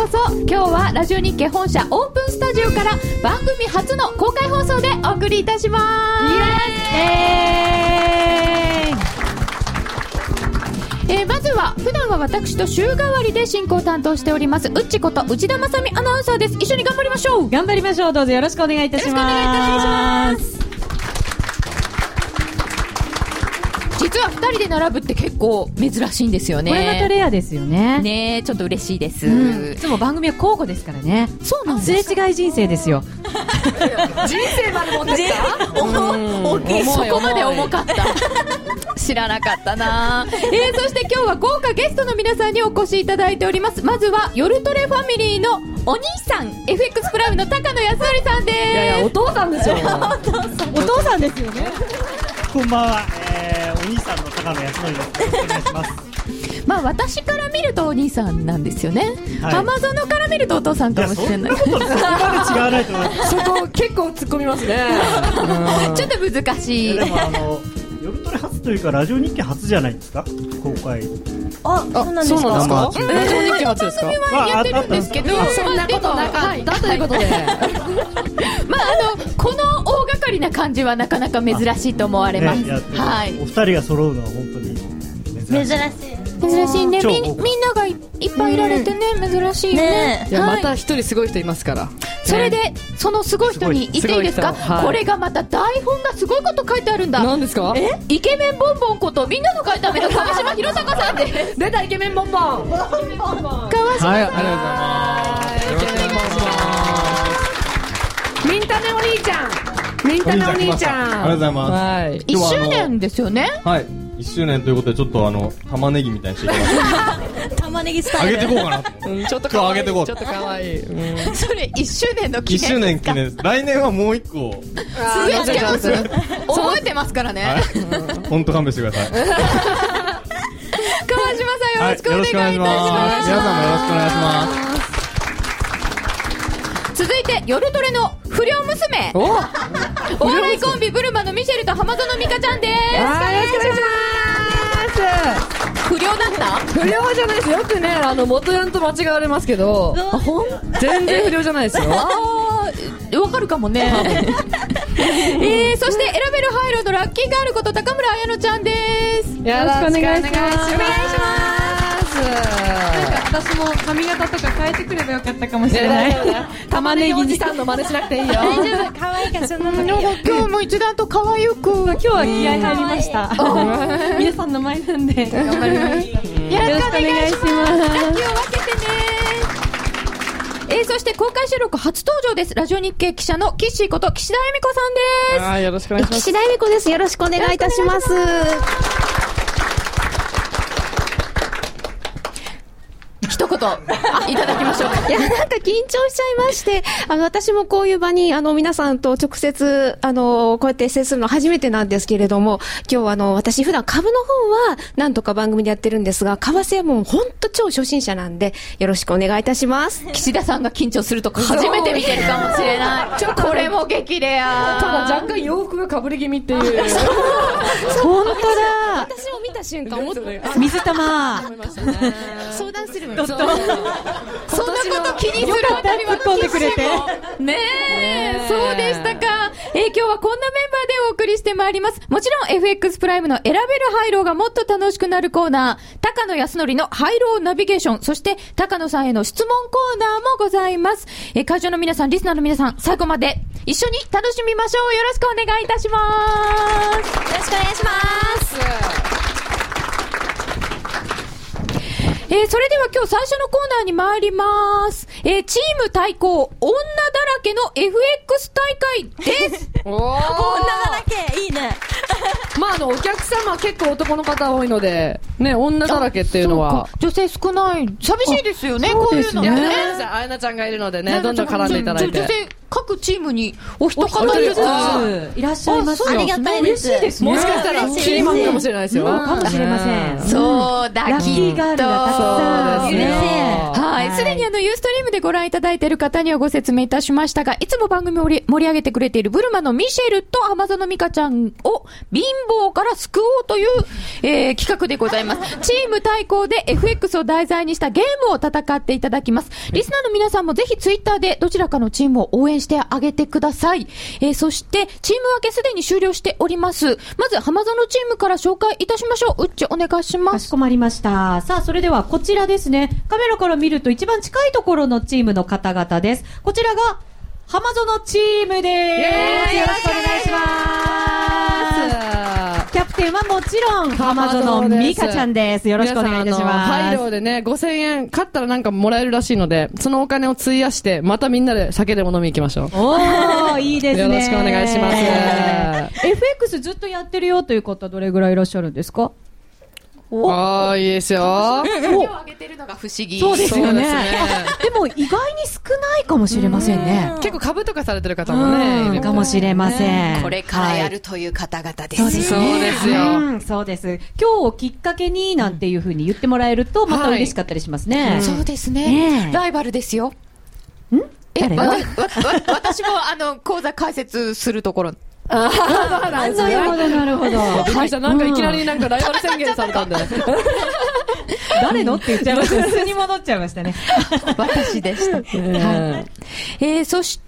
そ。今日はラジオ日経本社オープンスタジオから番組初の公開放送でお送りいたします。まずは普段は私と週替わりで進行を担当しておりますうっちこと内田まさみアナウンサーです。一緒に頑張りましょう。 頑張りましょう。どうぞよろしくお願いいたします。よろしくお願いいたします。 実は2人で並ぶって結構珍しいんですよね。 これまたレアですよね。 ねえ、ちょっと嬉しいです、 いつも番組は交互ですからね。 そうなんです。 すれ違い人生ですよ。 人生まで持ってきた。 そこまで重かった知らなかったな。そして今日は豪華ゲストの皆さんにお越しいただいております。まずは夜トレファミリーのお兄さん FX プライムの高野康則さんです。 いやいや、お父さんですよ。 お父さんですよね。 こんばんは、お兄さんの高野康則です。よろしくお願いします。 まあ私から見るとお兄さんなんですよね、はい、浜園から見るとお父さんかもしれない。 いや、そんなことそこまで違わないと思います。 そこ結構突っ込みますね。 ちょっと難しい。 でも夜トレ初というかラジオ日記初じゃないですか、公開。 あ、そうなんですか。ラジオ日記初ですか。 やってるんですけど、 そんなことなかったということで、 まあこの大掛かりな感じはなかなか珍しいと思われます。はい。 お二人が揃うのは本当に珍しいね。みんながいっぱいいられてね、珍しいよね。 いや、また一人すごい人いますから。 それでそのすごい人に言っていいですか。これがまた台本がすごいこと書いてあるんだ。 何ですか。 イケメンボンボンことみんなの書いた目の川島弘隆さんです。 出たイケメンボンボン。川島さん。 はい、ありがとうございます。よろしくお願いします。 ミンタネお兄ちゃん。ミンタネお兄ちゃん。 ありがとうございます。 はい。 1周年ですよね。 はい。1周年ということでちょっと玉ねぎみたいにしていきます。 玉ねぎスタイル。 あげていこうかな。 ちょっと今日あげていこう。 ちょっと可愛い。 それ1周年の記念ですか。 1周年記念です。来年はもう1個。 覚えてますからね。 本当勘弁してください。 川島さんよろしくお願いいたします。 皆さんもよろしくお願いします。 続いて夜トレの不良娘、お笑いコンビブルマのミシェルと浜園美香ちゃんです。よろしくお願いします。不良だった？ 不良じゃないです。よくね、元ヤンと間違われますけど、全然不良じゃないですよ。 わかるかもね。そして選べるハイローのラッキーガールこと高村彩乃ちゃんです。 よろしくお願いします。 私も髪型とか変えてくればよかったかもしれない。 玉ねぎおじさんの真似しなくていいよ。 大丈夫、可愛いからそんなの。 今日も一段と可愛く。 今日は気合入りました。皆さんの前なんで頑張ります。よろしくお願いします。 ラッキーを分けてね。そして公開収録初登場です。ラジオ日経記者のキッシーこと岸田恵美子さんです。 よろしくお願いします。 岸田恵美子です。よろしくお願いいたします。 一言いただきましょうか。 いや、なんか緊張しちゃいまして、私もこういう場に皆さんと直接こうやって接するの初めてなんですけれども、今日私普段株の方はなんとか番組でやってるんですが、為替はもう本当超初心者なんでよろしくお願いいたします。 岸田さんが緊張するとこ初めて見てるかもしれない。これも激レア。 ただ若干洋服がかぶり気味っていう。 本当だ。私も見た瞬間思った。 水玉。 相談する。 そんなこと気にするあたりは突っ込んでくれてねえ、そうでしたか。今日はこんなメンバーでお送りしてまいります。もちろん FX プライムの選べるハイローがもっと楽しくなるコーナー、高野康則のハイローナビゲーション、そして高野さんへの質問コーナーもございます。会場の皆さん、リスナーの皆さん、最後まで一緒に楽しみましょう。よろしくお願いいたします。 よろしくお願いします。 それでは今日最初のコーナーに参ります。チーム対抗女だらけの FX 大会です。 女だらけいいね。 まあお客様結構男の方多いのでね、女だらけっていうのは女性少ない。寂しいですよね、こういうのね。 あやなちゃんがいるのでね、どんどん絡んでいただいて。 女性各チームにお一方ずついらっしゃいますよ。 ありがたいです。 嬉しいですね。 もしかしたらキーマンかもしれないですよ。 かもしれません。 そうだ、 ラッキーガールがたくさんですね。ははい。すでにユーストリームでご覧いただいている方にはご説明いたしましたが、いつも番組を盛り上げてくれているブルマのミシェルと浜園美香ちゃんを貧乏から救おうという、企画でございます。チーム対抗で FX を題材にしたゲームを戦っていただきます。リスナーの皆さんもぜひツイッターでどちらかのチームを応援してあげてください。そして、チーム分けすでに終了しております。まず、浜園チームから紹介いたしましょう。うっちお願いします。 かしこまりました。さあ、それではこちらですね。カメラから見ると一番近いところのチームの方々です。こちらが、浜園チームです。よろしくお願いします。キャプテンはもちろん、浜園美香ちゃんです。よろしくお願いいたします。 配慮でね、5000円、勝ったらなんかもらえるらしいので、そのお金を費やして、またみんなで酒でも飲み行きましょう。 おー、いいですね。 よろしくお願いします。 FX ずっとやってるよという方、どれぐらいいらっしゃるんですか？ ああ、いいですよ。 手を挙げてるのが不思議。 そうですよね。でも意外に少ないかもしれませんね。 結構株とかされてる方もね、 かもしれません。 これからやるという方々です。 そうですそうですよ。 そうです。今日をきっかけになんていうふうに言ってもらえるとまた嬉しかったりしますね。 そうですね。ライバルですよ。 誰？ 私も講座解説するところ。 なるほど、なるほど。 びっくりした。なんかいきなりなんかライバル宣言されたんで。 誰のって言っちゃいました。普通に戻っちゃいましたね。 私でした。そして、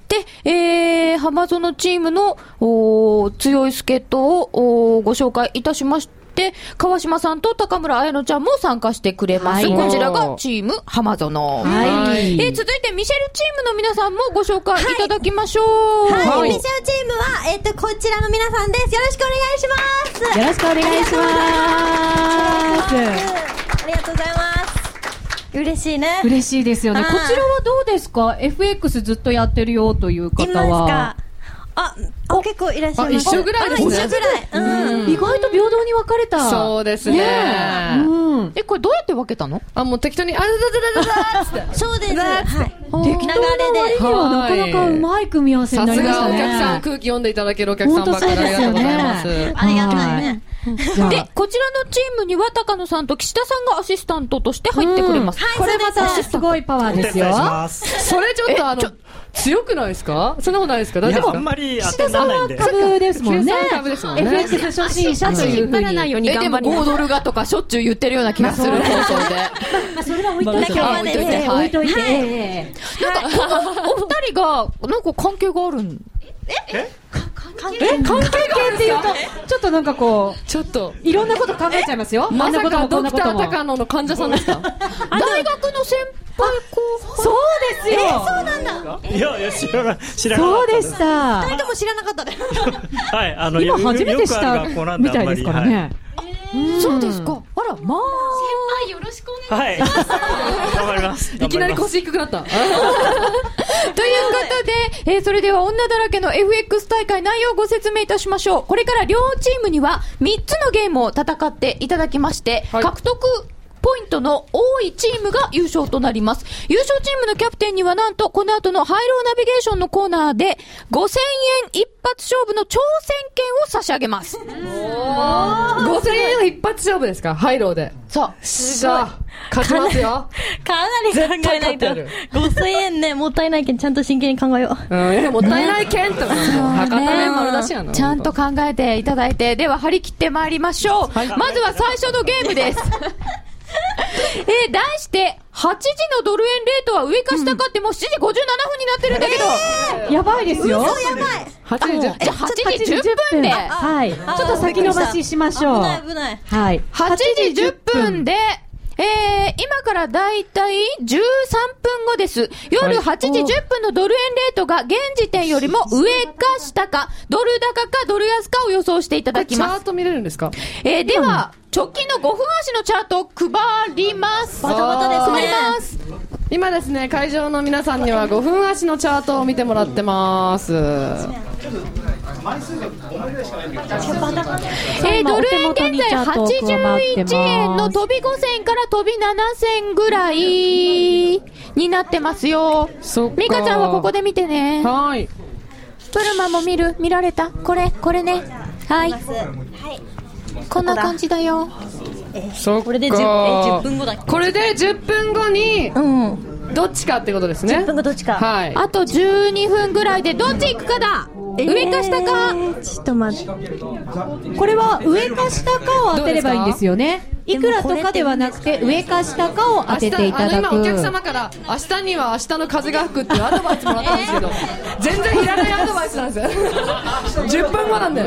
浜園チームの強い助っ人をご紹介いたしまして、川島さんと高村彩乃ちゃんも参加してくれます。こちらがチーム浜園。続いてミシェルチームの皆さんもご紹介いただきましょう。 ミシェルチームは、こちらの皆さんです。よろしくお願いします。 よろしくお願いします。 ありがとうございます。嬉しいね。 嬉しいですよね。こちらはどうですか？ FX ずっとやってるよという方は。 いますか？結構いらっしゃいます。 一緒ぐらいですね。 一緒ぐらい。 意外と平等に分かれた。 そうですね。 これどうやって分けたの？ もう適当に、 そうです。はい。 適当な割にはなかなかうまい組み合わせになりましたね。 さすがお客さん、空気読んでいただけるお客さんばっかりありがとうございます。 ありがとうね。 で、こちらのチームには高野さんと岸田さんがアシスタントとして入ってくれます。 これまたすごいパワーですよ。 それちょっと強くないですか？そんなことないですか？大丈夫ですか？ あんまり当てらないんで。 株ですもんね。 株ですもんね。 FX 初心者というふうに。 でも5ドルがとかしょっちゅう言ってるような気がする放送で。 それは置いといて。置いといて。 なんか、お二人が、なんか関係があるん関係っていうと、ちょっとなんかこう、 ちょっと、 いろんなこと考えちゃいますよ。 まさかドクター高野の患者さんですか？ 大学の先輩後そうですよ。 そうなんだ。 いや、知らなかった。 そうでした。 二人とも知らなかったね。 はい、 今初めてしたみたいですからね。 そうですか。あら、まあ。 先輩よろしくお願いします。 はい。頑張ります。 いきなり腰低くなった。 ということで、それでは女だらけの FX 大会内容をご説明いたしましょう。これから両チームには3つのゲームを戦っていただきまして、獲得ポイントの多いチームが優勝となります。優勝チームのキャプテンにはなんとこの後のハイローナビゲーションのコーナーで5000円一発勝負の挑戦権を差し上げます。 5000円の一発勝負ですか？ハイローで。 そう。 さあ、勝ちますよ。 かなり考えないと。5000円ね、もったいないけん、ちゃんと真剣に考えよう。 もったいないけんとか、博多弁丸出しやな。 ちゃんと考えていただいて、では張り切ってまいりましょう。まずは最初のゲームです。題して、8時のドル円レートは上か下かってもう7時57分になってるんだけど。 やばいですよ。 嘘やばい。 じゃあ8時10分で。 はい。ちょっと先延ばししましょう。 危ない。 はい。 8時10分で、今からだいたい13分後です。夜8時10分のドル円レートが現時点よりも上か下か、ドル高かドル安かを予想していただきます。 チャート見れるんですか？ では、直近の5分足のチャートを配ります。 バタバタですね。 配ります。 今ですね、会場の皆さんには5分足のチャートを見てもらってます。ドル円現在81円の飛び5銭から飛び7銭ぐらいになってますよ。ミカちゃんはここで見てね。 はい。 プルマも見られた？これね。はい。こんな感じだよ。 そっか。 これで10分後だっけ？ これで10分後に、 どっちかってことですね。 10分がどっちか。 はい。 あと12分ぐらいでどっち行くかだ。上か下か。 ちょっと待って。 これは上か下かを当てればいいんですよね。いくらとかではなくて上か下かを当てていただく。 今お客様から明日には明日の風が吹くっていうアドバイスもらったんですけど、全然いらないアドバイスなんですよ。10分後なんだよ。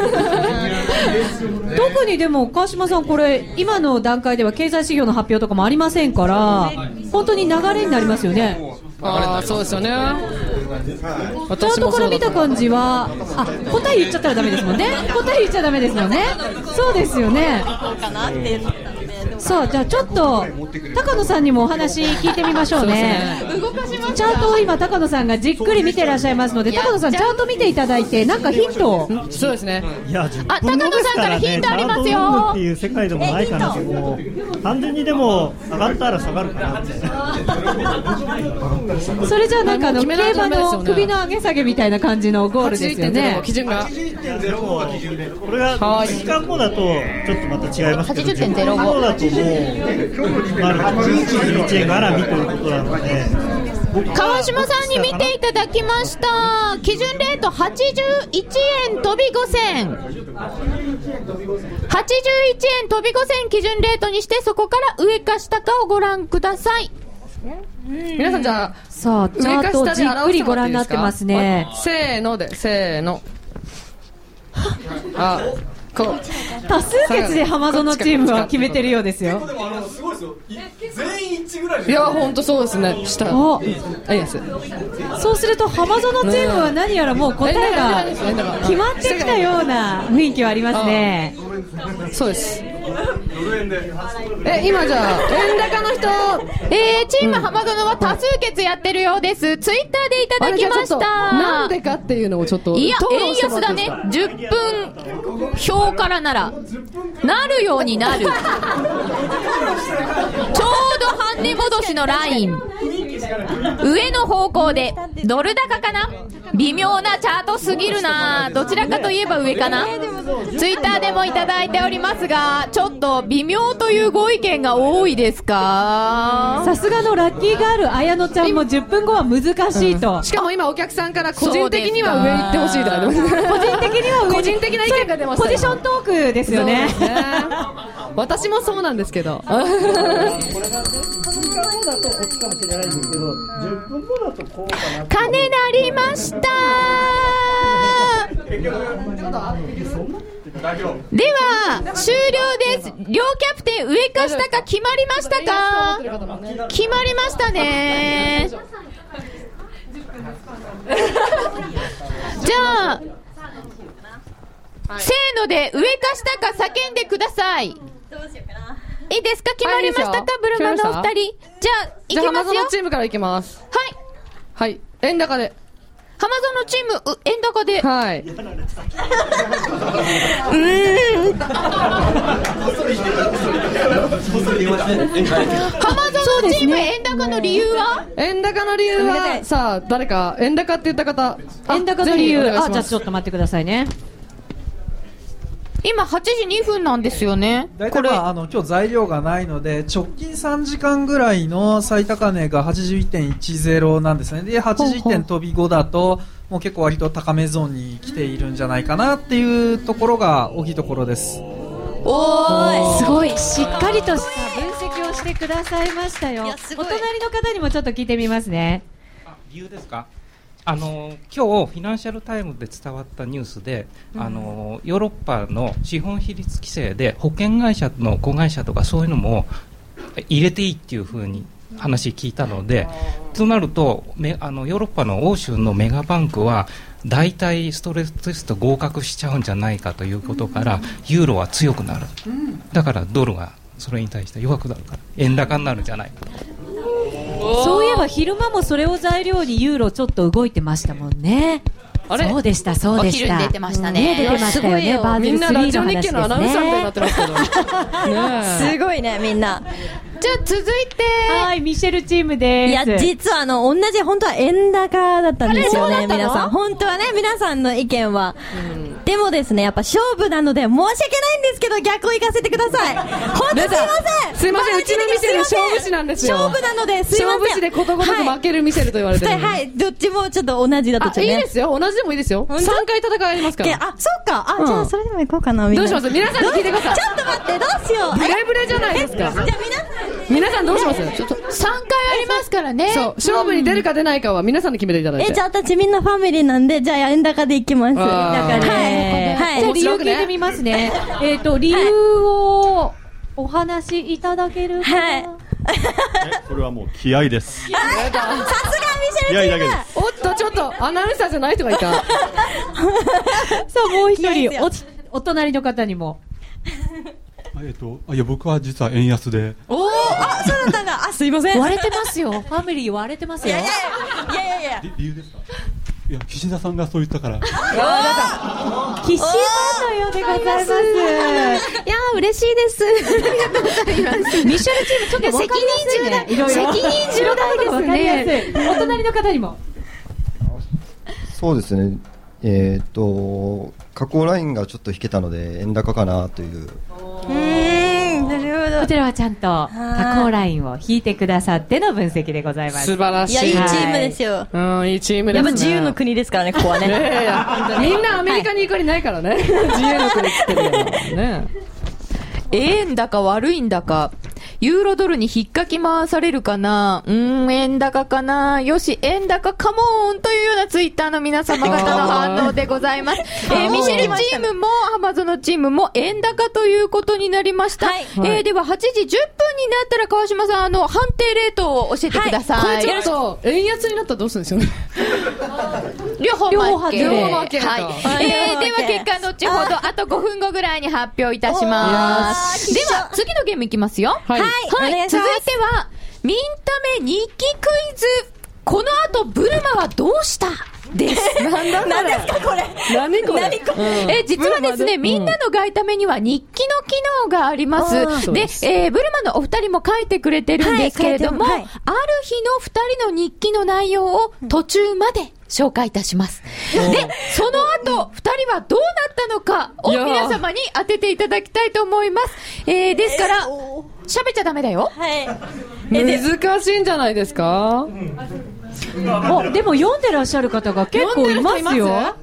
特にでも川島さん、これ今の段階では経済指標の発表とかもありませんから、本当に流れになりますよね。 ああ、そうですよね。 チャートから見た感じは、答え言っちゃったらダメですもんね。答え言っちゃダメですもんね。そうですよね。さあ、じゃあちょっと高野さんにもお話聞いてみましょうね。チャートを今高野さんがじっくり見てらっしゃいますので、高野さんチャート見ていただいて、なんかヒントを。 そうですね。 いや、高野さんからヒントありますよ。っていう世界でもないかなと。もう完全にでも上がったら下がるかなって。 それじゃあなんか競馬の首の上げ下げみたいな感じのゴールですよね。 基準が。 これが1時間後だとちょっとまた違いますけど、10分後だともう91円絡みということなので。 川島さんに見ていただきました。基準レート81円飛び5銭。81円飛び5銭基準レートにして、そこから上か下かをご覧ください。 皆さんじゃあ、 さあ、チャートをじっくりご覧になってますね。 せーので、せーの。あ、こう。 多数決で浜園チームは決めてるようですよ。 すごいですよ。全員一致ぐらい。 いや、本当そうですね。下。 そうすると浜園チームは何やらもう答えが決まってきたような雰囲気はありますね。 そうです。今じゃあ円高の人、 チーム浜園は多数決やってるようです。ツイッターでいただきました。 なんでかっていうのをちょっと。 いや、円安だね。10分表からならなるようになる。ちょうど半値戻しのライン、上の方向でドル高かな。微妙なチャートすぎるな。どちらかといえば上かな。ツイッターでもいただいておりますが、ちょっと微妙というご意見が多いですか。 さすがのラッキーガール綾乃ちゃんも10分後は難しいと、 しかも今お客さんから個人的には上行ってほしいとか、個人的には上、 個人的な意見が出ました。 ポジショントークですよね。 私もそうなんですけど。 鐘鳴りました。では終了です。両キャプテン上か下か決まりましたか。決まりましたね。じゃあせーので上か下か叫んでください。 どうしようかな。 いいですか。決まりましたか、ブルマのお二人。じゃあ行きますよ。 浜園チームから行きます。 はいはい、円高で。 浜園チーム円高で。 はい。 浜園チーム円高の理由は？ 円高の理由はさあ誰か円高って言った方。 円高の理由。じゃあちょっと待ってくださいね。 今8時2分なんですよね。 大体今日材料がないので直近3時間ぐらいの最高値が 81.10 なんですね。で 80 点飛び5だともう結構割と高めゾーンに来ているんじゃないかなっていうところが大きいところです。 おー、すごいしっかりとした分析をしてくださいましたよ。お隣の方にもちょっと聞いてみますね。 理由ですか。今日フィナンシャルタイムで伝わったニュースで、ヨーロッパの資本比率規制で保険会社の子会社とかそういうのも入れていいっていう風に話聞いたので、となるとヨーロッパの欧州のメガバンクは大体ストレステスト合格しちゃうんじゃないかということからユーロは強くなる。だからドルがそれに対して弱くなるから円高になるんじゃないかと。 そういえば昼間もそれを材料にユーロちょっと動いてましたもんね。そうでしたそうでした。 お昼に出てましたね。 出てましたよね。バーゼル3の話ですね。みんなラジオ日経のアナウンサーみたいになってますけど。 すごいねみんな。 じゃあ続いてはいミシェルチームです。 いや実は同じ本当は円高だったんですよね。皆さん本当はね皆さんの意見はでもですね、やっぱ勝負なので申し訳ないんですけど、逆を行かせてください。本当すいません。 すいません、うちのミシェル勝負師なんですよ。 勝負なので、すいません。 勝負師でことごとく負けるミシェルと言われてる。 はい、どっちもちょっと同じだとちょっとね。 いいですよ、同じでもいいですよ。3回戦いますから。 あ、そうか。じゃあそれでも行こうかな、みんな。 どうします皆さんに聞いてください。 ちょっと待って、どうしよう。 ブレブレじゃないですか。じゃあ皆さんどうしますちょっと3回ありますからね。 そう、勝負に出るか出ないかは皆さんに決めていただいて。 じゃあ私みんなファミリーなんで、じゃあ円高で行きます。 だからね。はい。じゃあ理由聞いてみますね。理由をお話しいただけるか。はい。 それはもう気合です。 さすがミシェルチーム。 おっと、ちょっとアナウンサーじゃない人がいた。 さあ、もう一人、お隣の方にも。 いや、僕は実は円安で。 そうだったんだ。すいません。 割れてますよ。ファミリー割れてますよ。 いや。 理由ですか？いや、岸田さんがそう言ったから。 岸田とようでございます。いや嬉しいです。ありがとうございます。 ミシェルチームちょっと責任重大。いろいろ。責任重大ですね。お隣の方にも。 そうですね。加工ラインがちょっと引けたので円高かなという。 なるほど。 こちらはちゃんと加工ラインを引いてくださっての分析でございます。 素晴らしい。 いや、いいチームですよ。 いいチームですね。 やっぱ自由の国ですからね、ここはね。 みんなアメリカに行くりないからね。自由の国って言ってるね。 円高悪いんだか、ユーロドルに引っかき回されるかな、円高かな、よし、円高カモーンというようなツイッターの皆様方の反応でございます。ミシェルチームもハマゾのチームも円高ということになりました。では8時10分になったら川島さん、判定レートを教えてください。 これちょっと、円安になったらどうするんですよね。 両方負け。 両方負け。 はい。では結果後ほど、あと5分後ぐらいに発表いたします。では、次のゲームいきますよ。はい。続いては、ミンタメ日記クイズ。この後、ブルマはどうしたです。 何ですかこれ。何これ。 実はですね、みんなの外為には日記の機能があります。で、ブルマのお二人も書いてくれてるんですけれども、ある日の二人の日記の内容を途中まで紹介いたします。で、その後、二人はどうなったのかを皆様に当てていただきたいと思います。ですから、喋っちゃダメだよ。 難しいんじゃないですか？ でも読んでらっしゃる方が結構いますよ。 よかった。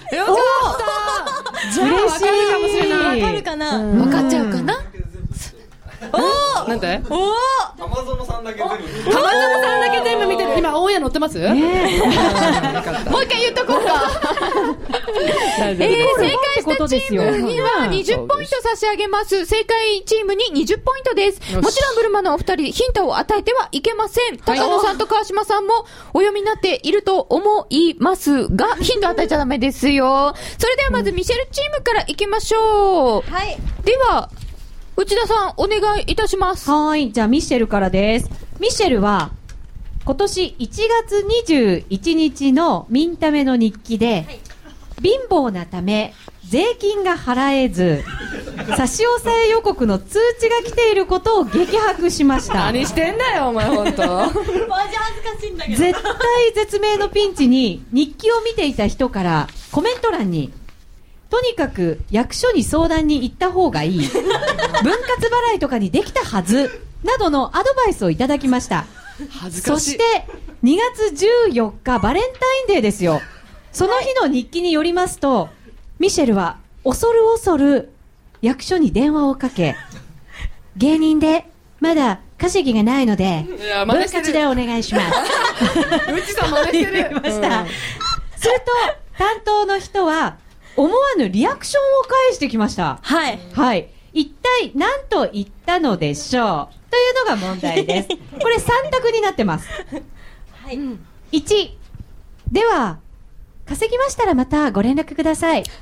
じゃあ分かるかもしれない。 分かるかな？ 分かっちゃうかな？ なんで？ 浜園さんだけ全部見てる。 浜園さんだけ全部見てる。今オンエア載ってます？もう一回言っとこうか。正解したチームには20ポイント差し上げます。正解チームに20ポイントです。もちろんブルマのお二人ヒントを与えてはいけません。高野さんと川島さんもお読みになっていると思いますが、ヒント与えちゃダメですよ。それではまずミシェルチームからいきましょう。はい。では、内田さんお願いいたします。 はい。じゃあミシェルからです。ミシェルは今年1月21日のミンタメの日記で、貧乏なため税金が払えず差し押さえ予告の通知が来ていることを激白しました。 何してんだよお前本当。 マジ恥ずかしいんだけど。 絶対絶命のピンチに日記を見ていた人からコメント欄に、とにかく役所に相談に行った方がいい、分割払いとかにできたはずなどのアドバイスをいただきました。 恥ずかしい。 そして2月14日バレンタインデーですよ。その日の日記によりますと、ミシェルは恐る恐る役所に電話をかけ、芸人でまだ稼ぎがないので分割でお願いしますうちさん真似してるました、すると担当の人は思わぬリアクションを返してきました。はい、はい、一体何と言ったのでしょうというのが問題ですこれ3択になってます、はい、1では稼ぎましたらまたご連絡ください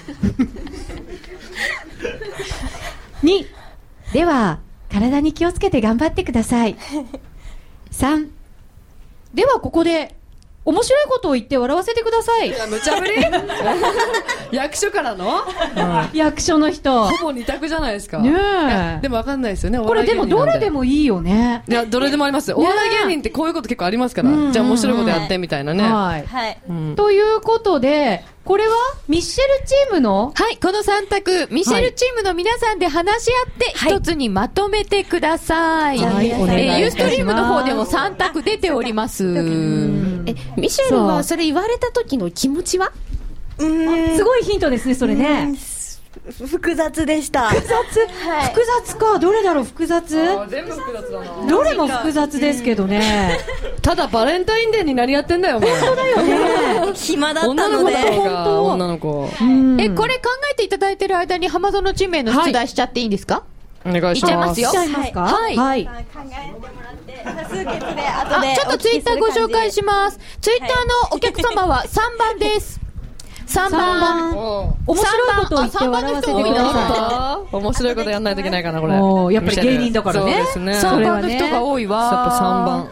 2では体に気をつけて頑張ってください3ではここで面白いことを言って笑わせてください。 無茶ぶり役所からの、 役所の人。 ほぼ二択じゃないですか。 ねえ。 でもわかんないですよね。 これでもどれでもいいよね。 いや、どれでもありますよ。お笑い芸人ってこういうこと結構ありますから。じゃあ面白いことやってみたいなね。 はい。ということで、これはミッシェルチームのはい、この3択、ミッシェルチームの皆さんで話し合って一つにまとめてください。 はい、お願いいたします。 ユーストリームの方でも3択出ております。 ミシェルはそれ言われた時の気持ちは？ すごいヒントですね、それね。 複雑でした。 複雑か。どれだろう、複雑。 全部複雑だな。 どれも複雑ですけどね。 ただバレンタインデーに何やってんだよ、お前。 本当だよね。 暇だったので。 女の子。 これ考えていただいてる間に浜園チームへの出題しちゃっていいんですか？ お願いします。 いっちゃいますよ。 いっちゃいますか？ はい。 考えてもらって多数決で後でちょっとツイッターご紹介します。ツイッターのお客様は3番です。3番。 面白いことを言って笑わせてください。面白いことやんないといけないかな、これ。 やっぱり芸人だからね。 そうですね。 3番の人が多いわ。 やっぱ3番。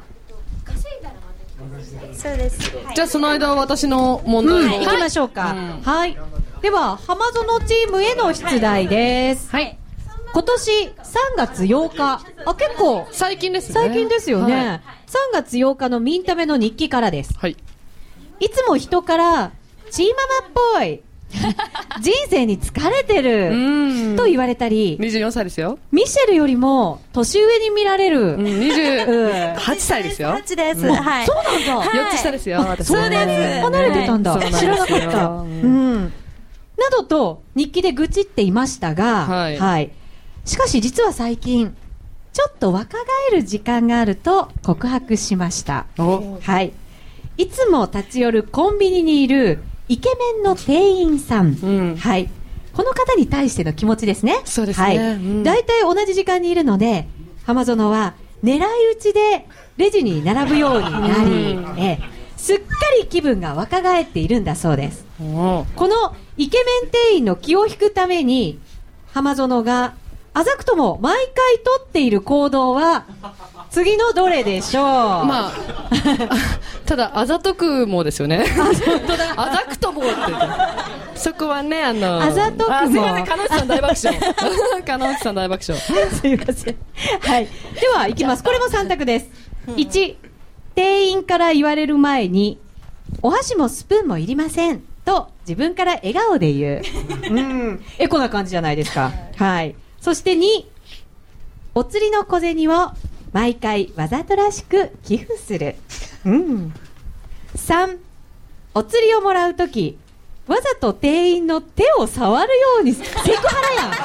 そうです。 じゃあその間は私の問題を。 行きましょうか。はい。では、浜園チームへの出題です。 はい。 今年3月8日。結構。 最近ですね。 最近ですよね。3月8日のミンタメの日記からです。 はい。 いつも人から、チーママっぽい。人生に疲れてる。と言われたり。 24歳ですよ。 ミシェルよりも年上に見られる。 28歳ですよ。 28です。はい。 そうなんだ。 4つ下ですよ。 そうです。離れてたんだ。知らなかった。などと日記で愚痴っていましたが、はい。しかし実は最近、ちょっと若返る時間があると告白しました。はい。いつも立ち寄るコンビニにいるイケメンの店員さん。はい。この方に対しての気持ちですね。 そうですね。 はい。大体同じ時間にいるので、浜園は狙い撃ちでレジに並ぶようになり、すっかり気分が若返っているんだそうです。このイケメン店員の気を引くために、浜園があざくとも毎回取っている行動は、次のどれでしょう。 まあ、ただ、あざとくもですよね。 本当だ。 あざくともって言って。そこはね、 あざとくも。 すいません、鹿野内さん大爆笑。鹿野内さん大爆笑。 すいません。はい。では、いきます。これも3択です。1、店員から言われる前に、お箸もスプーンもいりません。と、自分から笑顔で言う。エコな感じじゃないですか。はい。そして2、お釣りの小銭を毎回わざとらしく寄付する。3、お釣りをもらうとき、わざと店員の手を触るように、セクハラやん。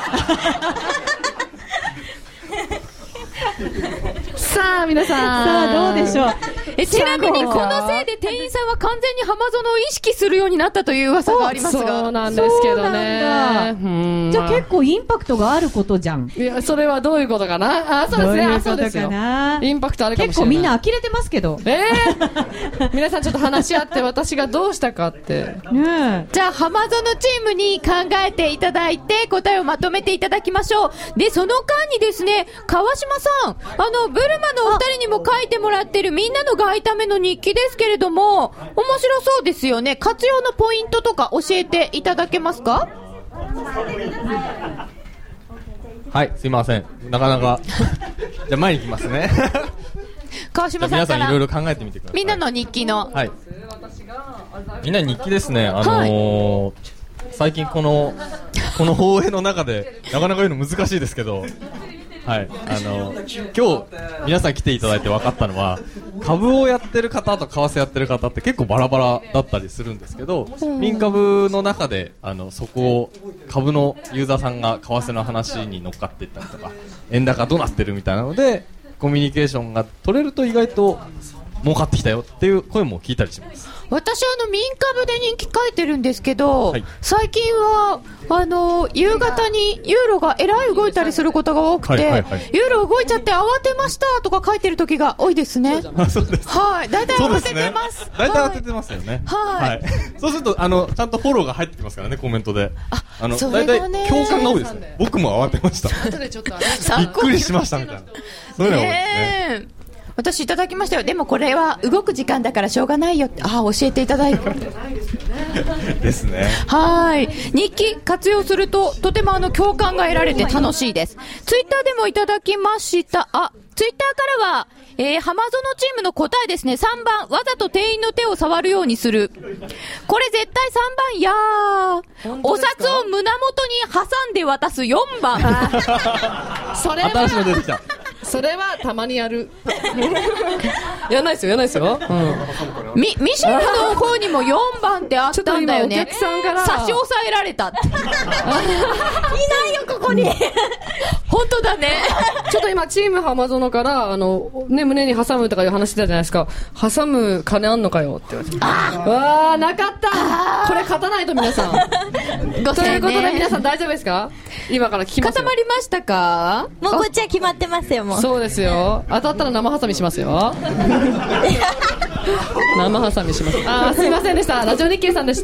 さあ、皆さん。 さあ、どうでしょう。 ちなみに、このせいで店員さんは完全に浜園を意識するようになったという噂がありますが。 そうなんですけどね。 じゃあ結構インパクトがあることじゃん。 いや、それはどういうことかな。そうですね。そうですよ。インパクトあるかもしれない。 結構みんな呆れてますけど。 皆さんちょっと話し合って私がどうしたかって。 じゃあ、浜園チームに考えていただいて、答えをまとめていただきましょう。で、その間にですね、川島さん、ブルマのお二人にも書いてもらってるみんなの外為の日記ですけれども、面白そうですよね。活用のポイントとか教えていただけますか？ はい、すいません。なかなか。じゃあ前に行きますね。 川島さんから。 皆さんいろいろ考えてみてください。 みんなの日記の。 はい。みんな日記ですね。最近この放映の中で、なかなか言うの難しいですけど、はい、今日皆さん来ていただいて分かったのは、株をやってる方と為替やってる方って結構バラバラだったりするんですけど、民株の中でそこを株のユーザーさんが為替の話に乗っかっていったりとか、円高どうなってるみたいなのでコミュニケーションが取れると意外と儲かってきたよっていう声も聞いたりします。 私民株で人気書いてるんですけど、最近は夕方にユーロがえらい動いたりすることが多くて、ユーロ動いちゃって慌てましたとか書いてる時が多いですね。 そうです。 はい、大体慌ててます。 大体慌ててますよね。はい。そうするとちゃんとフォローが入ってきますからね、コメントで。大体共感が多いですね。僕も慌てました。びっくりしましたみたいな。そういうのが多いですね。 私いただきましたよ。でもこれは動く時間だからしょうがないよって、教えていただいてですね。 はい。日記活用するととても共感が得られて楽しいです。ツイッターでもいただきました。ツイッターからは、ハマゾノチームの答えですね。3番、わざと店員の手を触るようにする。これ絶対3番やー。お札を胸元に挟んで渡す4番。 それは新しいの出てきた。 それはたまにやる。やんないですよ、やんないですよ。 ミシェルの方にも4番ってあったんだよね。 お客さんから差し押さえられた。いないよ、ここに。 本当だね。 ちょっと今、チームハマゾノから、胸に挟むとかいう話してたじゃないですか。挟む金あんのかよって言われて。わー、なかった。これ勝たないと皆さん。ということで皆さん大丈夫ですか？今から聞きますよ。 固まりましたか？ もうこっちは決まってますよ、もう。 そうですよ。当たったら生挟みしますよ。生挟みします。すいませんでした。ラジオ日経さんでした。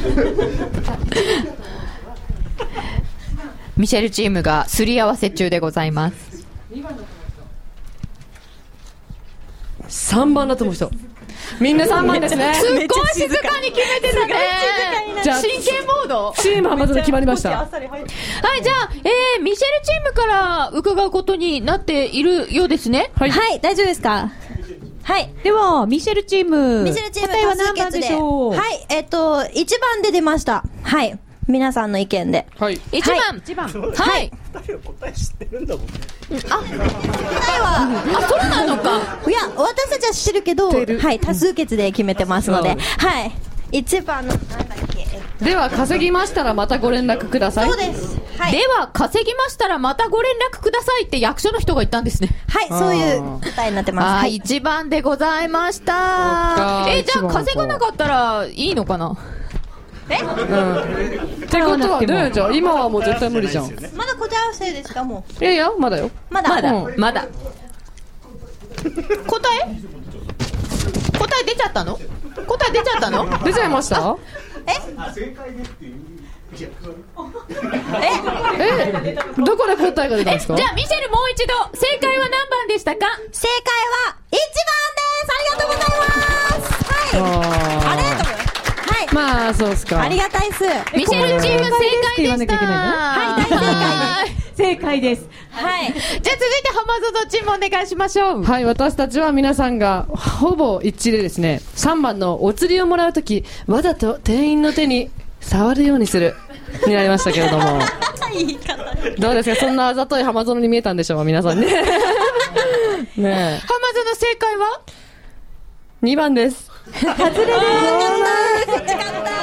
ミシェルチームがすり合わせ中でございます。 3番だと思う人。みんな3番ですね。 すっごい静かに決めてたね。じゃあ真剣モード。 チームハマゾノ決まりました。 はい、じゃあ、ミシェルチームから伺うことになっているようですね。 はい、大丈夫ですか？はい。 では、ミシェルチーム。 答えは何番でしょう？はい、1番で出ました。はい。皆さんの意見で。 はい。 1番。はい。 2人は答え知ってるんだもんね。 答えは、 そうなのか。 いや、私たちは知ってるけど、はい、多数決で決めてますので、はい。1番の、なんだっけ。 では、稼ぎましたらまたご連絡ください。 そうです。はい。 では、稼ぎましたらまたご連絡くださいって役所の人が言ったんですね。 はい、そういう答えになってます。はい。 1番でございました。じゃあ、稼がなかったらいいのかな？ ってことはね、じゃあ今はもう絶対無理じゃん。 まだ答え合わせですか？もう。 いや、まだよ。 まだ。答え出ちゃったの？答え出ちゃったの？ 出ちゃいました？ 正解でっていう。 どこで答えが出たんですか？ じゃあミシェルもう一度、正解は何番でしたか？ 正解は1番です。ありがとうございます。はい。ありがとうございます。 まあそうですか。 ありがたいっす。 ミシェルチーム正解でした。 はい、大正解です。 正解です。 はい。じゃあ続いてハマゾノチームお願いしましょう。 はい、私たちは皆さんがほぼ一致でですね、3番のお釣りをもらうとき、わざと店員の手に触るようにするになりましたけれども。どうですか、そんなあざといハマゾノに見えたんでしょうか、皆さんね。ねえ。 ハマゾノ正解は 2番です。 外れです。勝った。イエーイ。ミシェルチーム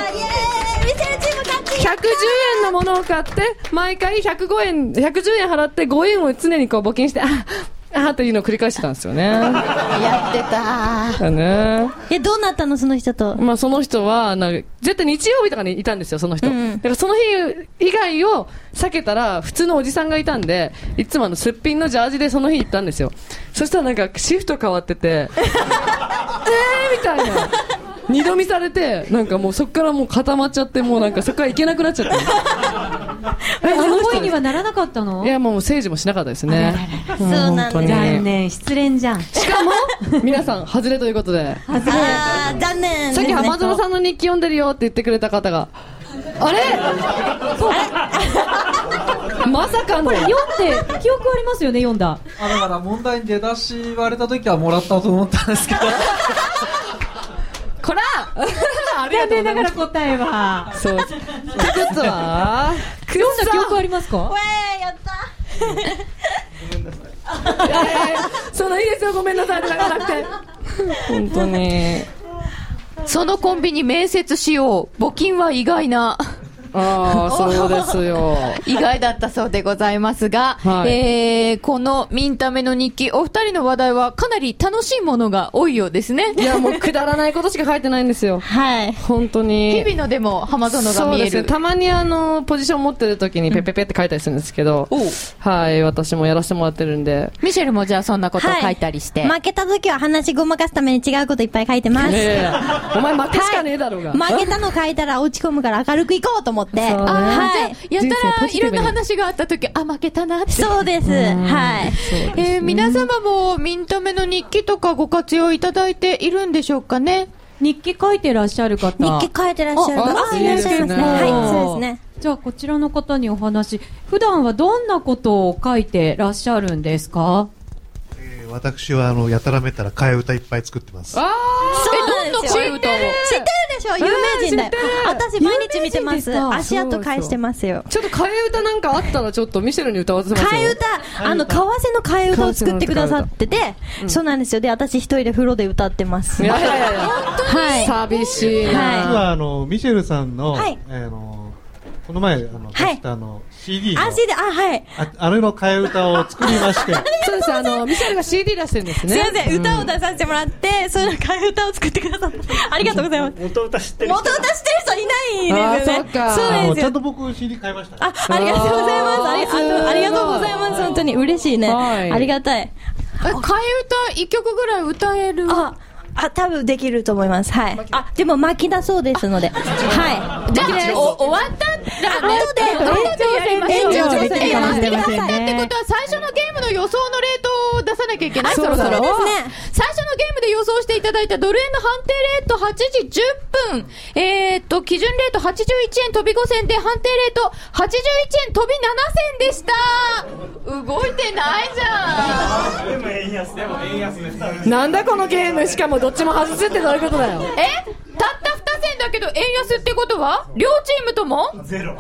勝ち。 110円のものを買って毎回110円払って5円を常にこう募金してというのを繰り返してたんですよね。 やってたね。 どうなったのその人と？ まあその人は絶対日曜日とかにいたんですよ、その人。だからその日以外を避けたら普通のおじさんがいたんで、いつもすっぴんのジャージでその日行ったんですよ。そしたらなんかシフト変わっててみたいな。二度見されて、なんかもうそっからもう固まっちゃって、もうなんかそっから行けなくなっちゃって。 声にはならなかったの？ いや、もう政治もしなかったですね。 そうなんだ。 残念、失恋じゃん。 しかも、皆さん、外れということで。 残念。 さっき浜園さんの日記読んでるよって言ってくれた方が。あれまさかの。 これ読んで、記憶ありますよね、読んだ。 だから問題に出だし言われた時はもらったと思ったんですけど。 こらありがとうございます。だから答えは。 そう。ってことは読んだ記憶ありますか？ やった。 ごめんなさい。 そのいいですよ、ごめんなさいってなかなくて。本当に。 そのコンビに面接しよう。募金は意外な。 ああ、そうですよ。 意外だったそうでございますが、はい、このミンタメの日記、お二人の話題はかなり楽しいものが多いようですね。 いや、もうくだらないことしか書いてないんですよ。 はい。 本当に。 日々のでも浜園が見える。 そうですね。たまにポジション持ってる時にペペペって書いたりするんですけど、はい、私もやらせてもらってるんで。 ミシェルもじゃあそんなこと書いたりして。 はい、負けた時は話ごまかすために違うこといっぱい書いてます。 お前負けしかねえだろうが。 はい、負けたの書いたら落ち込むから明るくいこうと思って。 って。 はい。やったらいろんな話があった時、負けたなって。 そうです。はい。 皆様もミンタメの日記とかご活用いただいているんでしょうかね。 日記書いてらっしゃる方。 日記書いてらっしゃる方。いらっしゃいますね。はい、そうですね。 じゃあこちらの方にお話。普段はどんなことを書いてらっしゃるんですか？ 私はやたらめったら替え歌いっぱい作ってます。 そうなんですよ。知ってるでしょ、有名人だよ。私毎日見てます。足跡返してますよ。 ちょっと替え歌なんかあったらちょっとミシェルに歌わせますよ。 替え歌、為替の替え歌を作ってくださってて、そうなんですよ。で、私一人で風呂で歌ってます。 いやはい。寂しい。 実はミシェルさんのこの前出した CD の CD、はい。 あれの替え歌を作りまして。 そうです、ミシェルが CD 出してるんですね。 すいません、歌を出させてもらって、その替え歌を作ってくださった。ありがとうございます。 元歌知ってる人いないですよね。そうですよ。 ちゃんと僕 CD 買いました。 ありがとうございます。ありがとうございます。本当に嬉しいね。ありがたい。 替え歌一曲ぐらい歌える？ 多分できると思います。はい。でも巻きだそうですので。はい。 じゃあ、終わったらね。後でやりましょう。延長できるかもしれませんね。ってことは、最初のゲームの予想のレートを出さなきゃいけない。そろそろ。そうですね。最初のゲームで予想していただいたドル円の判定レート8時10分。基準レート81円飛び5銭で、判定レート81円飛び7銭でした。動いてないじゃん。 でも円安です。 なんだこのゲーム。しかもどっちも外すってどういうことだよ。 たった2銭だけど円安ってことは両チームともゼロ。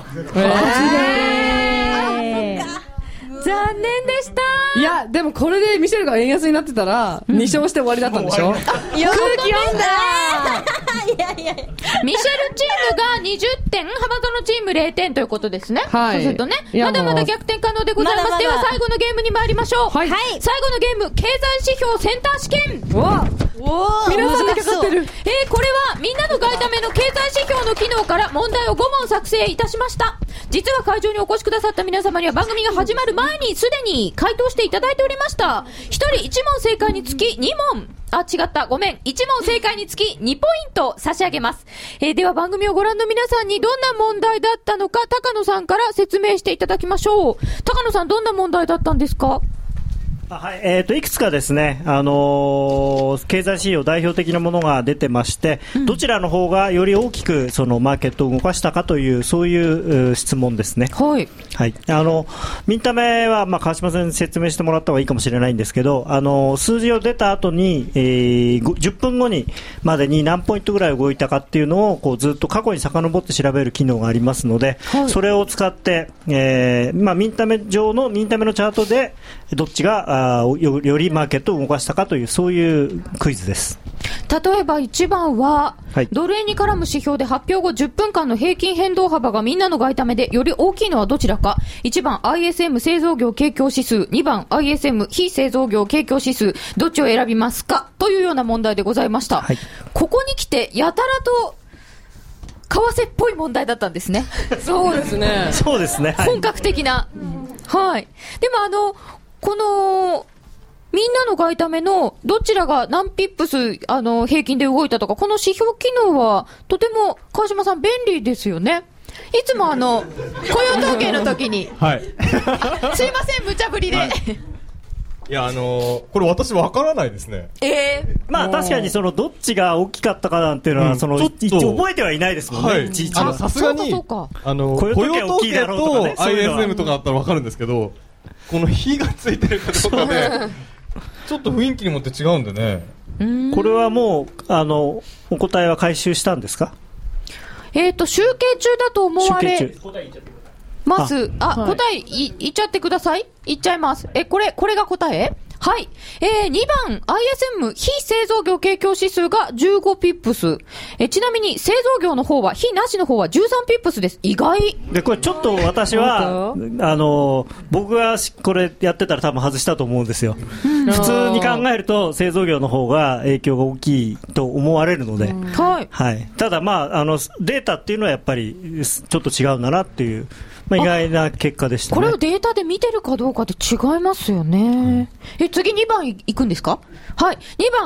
残念でした。 いやでもこれでミシェルが円安になってたら2勝して終わりだったんでしょ。空気読んだ。 ミシェルチームが20点、浜園チーム0点ということですね。 はい。 そうするとね、まだまだ逆転可能でございます。では最後のゲームに参りましょう。はい。最後のゲーム、経済指標センター試験。皆さんにかかってる。これはみんなの外為の経済指標の機能から問題を5問作成いたしました。実は会場にお越しくださった皆様には番組が始まる前にすでに回答していただいておりました。1人1問正解につき2問。違った。ごめん。1問正解につき2ポイント差し上げます。では番組をご覧の皆さんにどんな問題だったのか、高野さんから説明していただきましょう。高野さん、どんな問題だったんですか？ はい、いくつかですね、経済指標代表的なものが出てまして、どちらの方がより大きくそのマーケットを動かしたかという、そういう質問ですね。 はい。 はい。ミンタメは、川島さんに説明してもらった方がいいかもしれないんですけど、数字を出た後に、10分後にまでに何ポイントぐらい動いたかっていうのを、こうずっと過去に遡って調べる機能がありますので、はい、それを使って、ミンタメのチャートで、どっちがよりマーケットを動かしたかという、そういうクイズです。 例えば1番は、 はい、 ドル円に絡む指標で発表後10分間の平均変動幅がみんなの外為でより大きいのはどちらか。1番 ISM 製造業景況指数、2番 ISM 非製造業景況指数、どっちを選びますかというような問題でございました。はい、ここに来てやたらと為替っぽい問題だったんですね。 そうですね。 そうですね。 本格的な。はい。でもこのみんなの外為のどちらが何ピップス平均で動いたとか、この指標機能はとても川島さん便利ですよね。いつも雇用統計の時にはいすいません無茶ぶりで、はい、 いやこれ私わからないですね。 確かにそのどっちが大きかったかなんていうのは、その一応覚えてはいないですもんね。はい、 さすがに雇用統計と ISM とかだったらわかるんですけど、この火がついてるかどうかでちょっと雰囲気にもって違うんでね。 これはもうお答えは回収したんですか？ 集計中だと思われます。答え言っちゃってください。言っちゃいます。これが答え？はい。2番 ISM 非製造業景況指数が15ピップス。ちなみに製造業の方は非なしの方は13ピップスです。意外。 でこれちょっと私は僕がこれやってたら多分外したと思うんですよ。普通に考えると製造業の方が影響が大きいと思われるので、 はいはい。ただデータっていうのはやっぱりちょっと違うんだなっていう。意外な結果でしたね。 これをデータで見てるかどうかで違いますよね。次2番いくんですか？はい。2番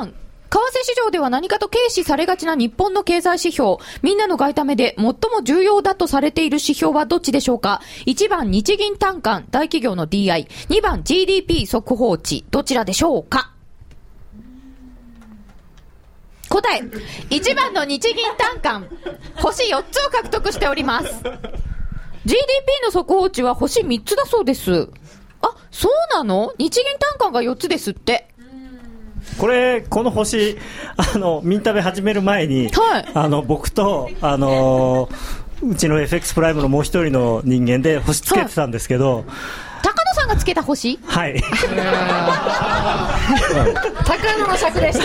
替市場では何かと軽視されがちな日本の経済指標、みんなの外為で最も重要だとされている指標はどっちでしょうか。1番日銀短観、大企業の DI、2番 GDP 速報値、どちらでしょうか。答え、1番の日銀短観、星4つを獲得しております。GDP の速報値は星3つだそうです。あ、そうなの？日銀短観が4つですって。 この星、ミンタベ始める前に、はい、僕と、うちの FX プライムのもう一人の人間で星つけてたんですけど、 高野さんがつけた星？ はい。 高野の尺でした。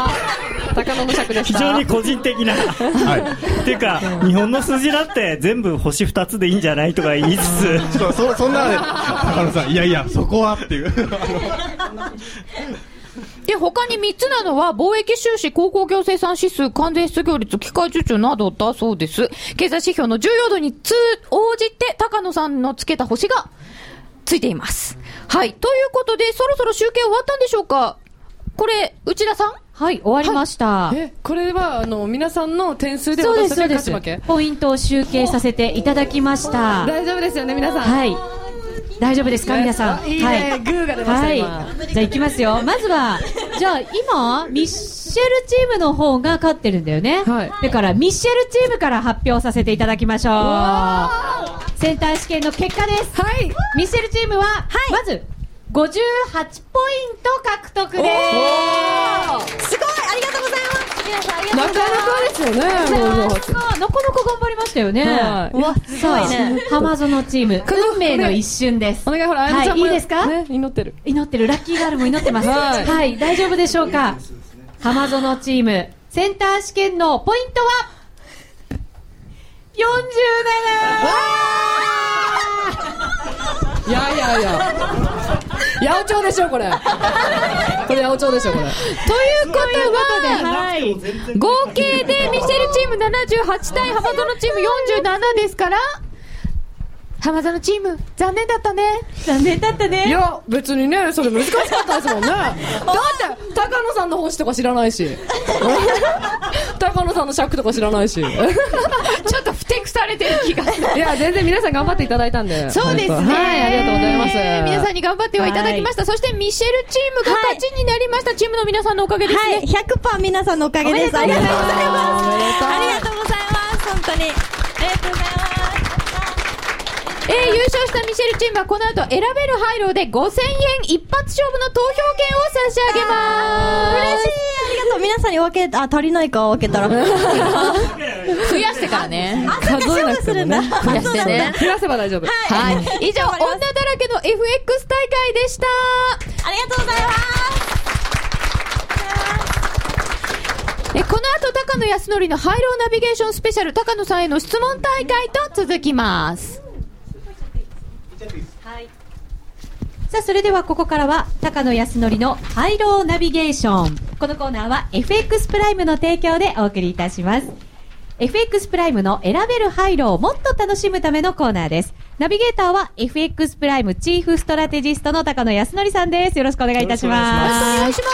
高野の尺でした。 非常に個人的な。はい。っていうか、日本の数字だって全部星2つでいいんじゃないとか言いつつ。 そんな、高野さん、いや、そこはっていう。 で、他に3つなのは、貿易収支、鉱工業生産指数、完全失業率、機械受注などだそうです。経済指標の重要度に応じて、高野さんのつけた星がついています。はい。ということで、そろそろ集計終わったんでしょうか？これ、内田さん？ はい、終わりました。はい、 これは、皆さんの点数で私たちが勝ち負け？ ポイントを集計させていただきました。 大丈夫ですよね、皆さん。 はい。大丈夫ですか、皆さん。 いいね、はい、グーが出ました、今。 はい。じゃあ行きますよ。まずは、じゃあ今、ミッシェルチームの方が勝ってるんだよね。はい。だから、ミッシェルチームから発表させていただきましょう。センター試験の結果です。はい。ミッシェルチームは、はい、まず、58ポイント獲得です。 すごい、ありがとうございます。皆さんありがとうございます。 なかなかですよね。 なかなか頑張りましたよね。 はい、うわ、すごいね。 浜園チーム、運命の一瞬です。 お願い、ほら、あやのちゃんも、 はい、いいですか？ ね、祈ってる。 祈ってる。ラッキーガールも祈ってます。はい、大丈夫でしょうか？浜園チーム、センター試験のポイントは、47！ いや。八百長でしょ、これ。これ八百長でしょ、これ。 ということは、はい、合計でミシェルチーム78対浜園チーム47ですから、浜園チーム、残念だったね。 残念だったね。 いや、別にね、それ難しかったですもんね。だって、高野さんの星とか知らないし。高野さんの尺とか知らないし。ちょっとふてくされてる気がする。 いや、全然皆さん頑張っていただいたんで。 そうですね。 はい、ありがとうございます。 皆さんに頑張ってはいただきました。そしてミシェルチームが勝ちになりました。チームの皆さんのおかげですね。 はい、100% 皆さんのおかげです。ありがとうございます。ありがとうございます。本当に。ありがとうございます。 優勝したミシェルチームはこの後選べるハイローで5000円一発勝負の投票券を差し上げます。 嬉しい、ありがとう。皆さんに分け、足りないか分けたら。 増やしてからね。 数えなくてもね。 増やしてね。 増やせば大丈夫。 はい。以上、女だらけの FX 大会でした。 ありがとうございます。 この後、高野康則のハイローナビゲーションスペシャル、高野さんへの質問大会と続きます。 はい、さあそれではここからは高野康則のハイローナビゲーション。このコーナーは FX プライムの提供でお送りいたします。 FX プライムの選べるハイローをもっと楽しむためのコーナーです。ナビゲーターは FX プライムチーフストラテジストの高野康則さんです。よろしくお願いいたします。 よろしくお願いします。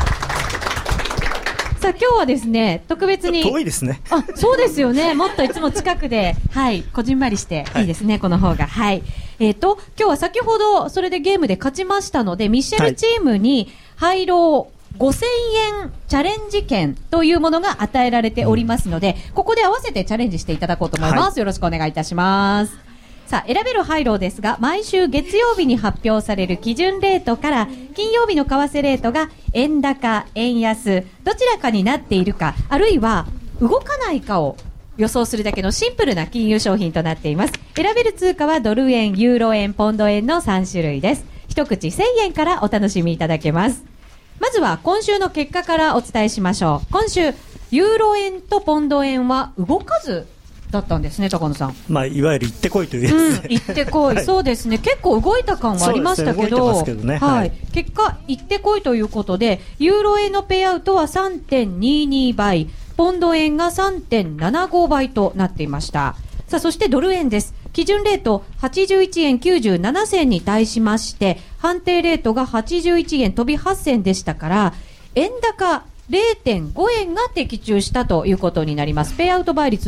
さあ今日はですね、特別に遠いですね。 あ、そうですよね。もっといつも近くで、はい、こじんまりしていいですね、この方が。はい。今日は先ほどそれでゲームで勝ちましたので、ミシェルチームにハイロー5000円チャレンジ券というものが与えられておりますので、ここで合わせてチャレンジしていただこうと思います。よろしくお願いいたします。さあ、選べるハイローですが、毎週月曜日に発表される基準レートから、金曜日の為替レートが円高、円安、どちらかになっているか、あるいは動かないかを予想するだけのシンプルな金融商品となっています。選べる通貨はドル円、ユーロ円、ポンド円の3種類です。一口1000円からお楽しみいただけます。まずは今週の結果からお伝えしましょう。今週、ユーロ円とポンド円は動かずだったんですね、高野さん。 まあ、いわゆる行ってこいというやつ、 行ってこい、はい、そうですね。結構動いた感はありましたけど、 ね、 はい、結果行ってこいということで、ユーロ円のペイアウトは 3.22 倍、ポンド円が 3.75 倍となっていました。さあ、そしてドル円です。基準レート81円97銭に対しまして、判定レートが81円飛び8銭でしたから、 円高0.5 円が的中したということになります。ペイアウト倍率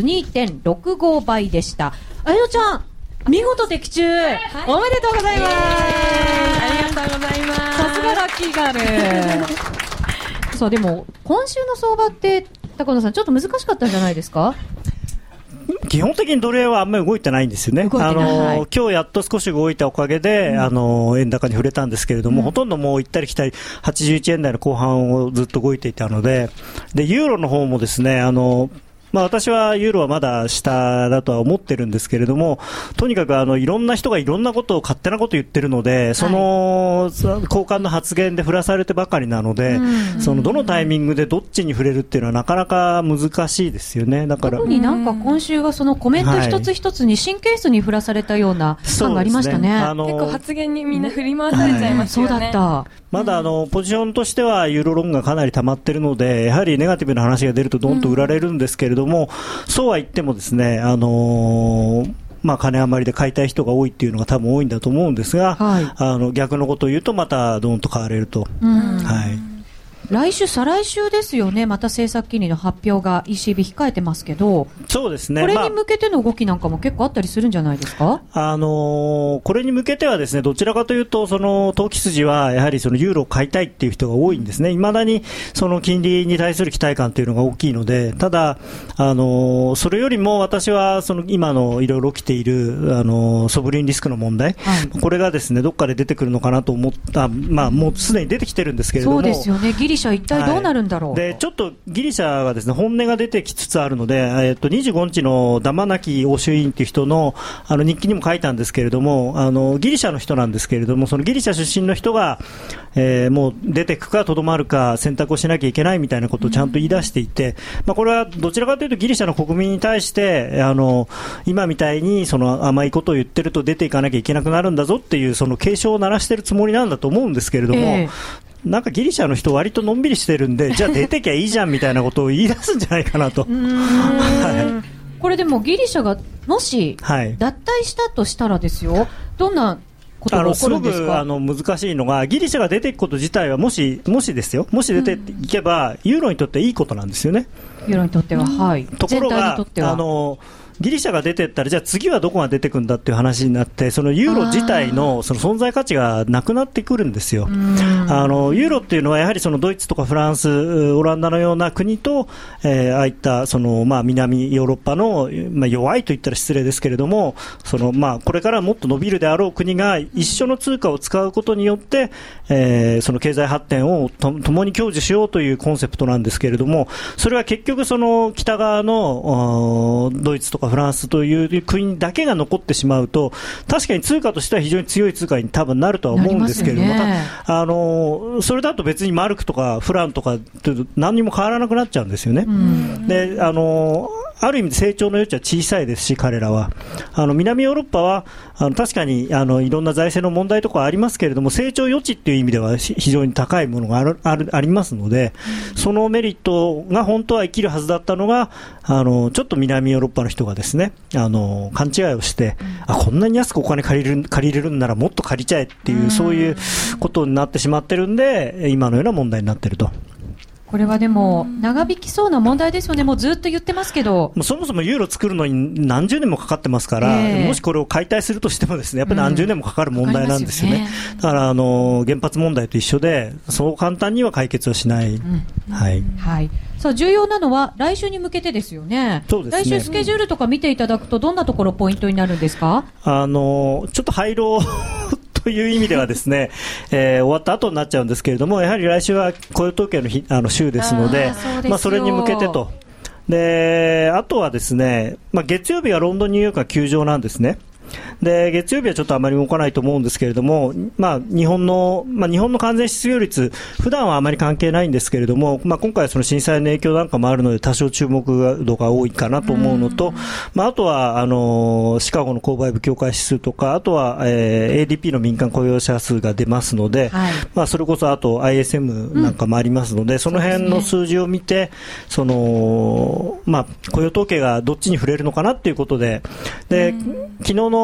2.65 倍でした。あやのちゃん、見事的中、おめでとうございます。 ありがとうございます。 さすがラッキーガール。そう、でも今週の相場って高野さんちょっと難しかったんじゃないですか？ 基本的にドル円はあんまり動いてないんですよね。今日やっと少し動いたおかげで、円高に触れたんですけれども、ほとんどもう行ったり来たり81円台の後半をずっと動いていたので、ユーロの方もですね、私はユーロはまだ下だとは思ってるんですけれども、とにかくいろんな人がいろんなことを勝手なことを言ってるので、その高官の発言で振らされてばかりなので、どのタイミングでどっちに触れるっていうのはなかなか難しいですよね。だから特になんか今週はそのコメント一つ一つに神経質に振らされたような感がありましたね。 結構発言にみんな振り回されちゃいましたよね。 そうだった。 まだポジションとしてはユーロロンがかなり溜まっているので、やはりネガティブな話が出るとどんと売られるんですけれども、そうは言ってもですね、金余りで買いたい人が多いっていうのが多分多いんだと思うんですが、逆のことを言うとまたどんと買われると。来週、再来週ですよね、また政策金利の発表が ECB 控えてますけど、 そうですね、これに向けての動きなんかも結構あったりするんじゃないですか？ これに向けてはですね、どちらかというと、その投機筋はやはりそのユーロを買いたいっていう人が多いんですね。未だにその金利に対する期待感というのが大きいので、ただ、それよりも私はその今のいろいろ起きているソブリンリスクの問題、これがですね、どっかで出てくるのかなと思った、もうすでに出てきてるんですけれども、 そうですよね、ギリシャ一体どうなるんだろう。 でちょっとギリシャがですね、本音が出てきつつあるので、25日のダマナキ欧州委員という人の日記にも書いたんですけれども、ギリシャの人なんですけれども、そのギリシャ出身の人が、もう出てくかとどまるか選択をしなきゃいけないみたいなことをちゃんと言い出していて、これはどちらかというとギリシャの国民に対して今みたいにその甘いことを言ってると出ていかなきゃいけなくなるんだぞっていうその警鐘を鳴らしているつもりなんだと思うんですけれども、なんかギリシャの人割とのんびりしてるんで、じゃあ出てきゃいいじゃんみたいなことを言い出すんじゃないかなと。 これでもギリシャがもし脱退したとしたらですよ、どんなことが起こるんですか？ すごく難しいのが、ギリシャが出ていくこと自体はもしですよ、もし出ていけば、ユーロにとっていいことなんですよね。 ユーロにとっては、 ところがギリシャが出ていったら、じゃあ次はどこが出てくるんだっていう話になって、そのユーロ自体のその存在価値がなくなってくるんですよ。ユーロっていうのはやはりそのドイツとかフランス、オランダのような国と、ああいったその南ヨーロッパの、弱いと言ったら失礼ですけれども、そのこれからもっと伸びるであろう国が一緒の通貨を使うことによって、その経済発展を共に享受しようというコンセプトなんですけれども、それは結局その北側のドイツとかフランスという国だけが残ってしまうと、確かに通貨としては非常に強い通貨に多分なるとは思うんですけれども、それだと別にマルクとかフランとか何にも変わらなくなっちゃうんですよね。である意味で成長の余地は小さいですし、彼らは南ヨーロッパは確かにいろんな財政の問題とかありますけれども、成長余地っていう意味では非常に高いものがありますので、そのメリットが本当は生きるはずだったのが、ちょっと南ヨーロッパの人がですね、勘違いをして、こんなに安くお金借りれるんならもっと借りちゃえっていう、そういうことになってしまってるんで、今のような問題になっていると。 これはでも長引きそうな問題ですよね。もうずっと言ってますけど、 そもそもユーロ作るのに何十年もかかってますから、もしこれを解体するとしてもですね、やっぱり何十年もかかる問題なんですよね。だから原発問題と一緒で、そう簡単には解決はしない。 さあ重要なのは来週に向けてですよね。 そうですね。 来週スケジュールとか見ていただくとどんなところポイントになるんですか？ ちょっと廃炉という意味ではですね、終わった後になっちゃうんですけれども、やはり来週は雇用統計の週ですので、それに向けてと。で、あとはですね、月曜日はロンドン、ニューヨークは休場なんですね。で月曜日はちょっとあまり動かないと思うんですけれども、日本の完全失業率、普段はあまり関係ないんですけれども、今回はその震災の影響なんかもあるので多少注目度が多いかなと思うのと、あとはシカゴの購買部協会指数とか、あとは、ADP の民間雇用者数が出ますので、それこそあと ISM なんかもありますので、その辺の数字を見て、その雇用統計がどっちに触れるのかなということで、昨日の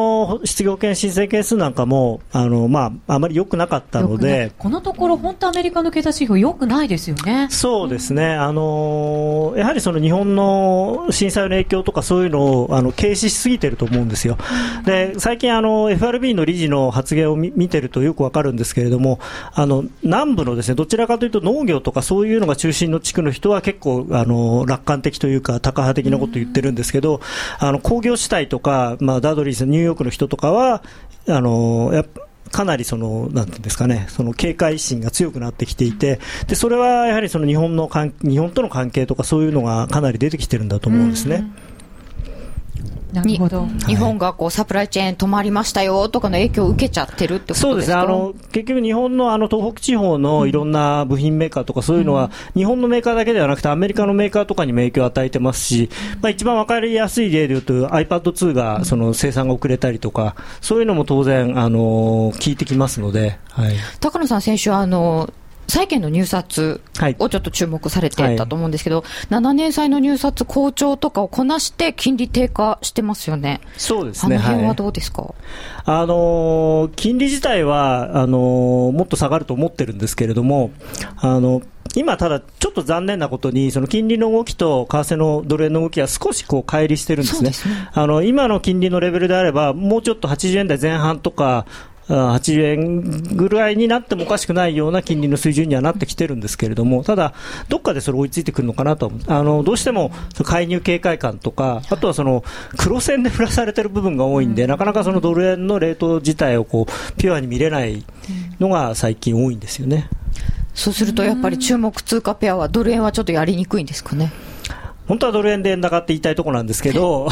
の失業保険申請件数なんかもあまり良くなかったので、 このところ本当アメリカの経済指標良くないですよね。 そうですね、やはりその日本の震災の影響とかそういうのを軽視しすぎてると思うんですよ。で最近FRB の理事の発言を見てるとよくわかるんですけれども、南部のですね、どちらかというと農業とかそういうのが中心の地区の人は結構楽観的というかタカ派的なことを言ってるんですけど、工業主体とか、ダドリーさんニューヨークの人とかはかなりなんていうんですかね、警戒心が強くなってきていて、でそれはやはり日本との関係とかそういうのがかなり出てきてるんだと思うんですね。 なるほど。 日本がサプライチェーン止まりましたよとかの影響を受けちゃってるってことですか？ そうですね。結局日本の東北地方のいろんな部品メーカーとかそういうのは、日本のメーカーだけではなくてアメリカのメーカーとかにも影響を与えてますし、一番わかりやすい例で言うと iPad2 が生産が遅れたりとか、そういうのも当然効いてきますので、はい、 高野さん、先週債券の入札をちょっと注目されてたと思うんですけど、7年債の入札好調とかをこなして金利低下してますよね。 そうですね。 辺はどうですか？ 金利自体はもっと下がると思ってるんですけれども、今ただちょっと残念なことに金利の動きと為替のドル円の動きが少し乖離してるんですね。今の金利のレベルであればもうちょっと80円台前半とか80円ぐらいになってもおかしくないような金利の水準にはなってきてるんですけれども、ただどっかでそれ追いついてくるのかなと。どうしても介入警戒感とか、あとは黒線で振らされてる部分が多いんで、なかなかドル円のレート自体をピュアに見れないのが最近多いんですよね。 そうするとやっぱり注目通貨ペアはドル円はちょっとやりにくいんですかね。 本当はドル円で円高って言いたいところなんですけど、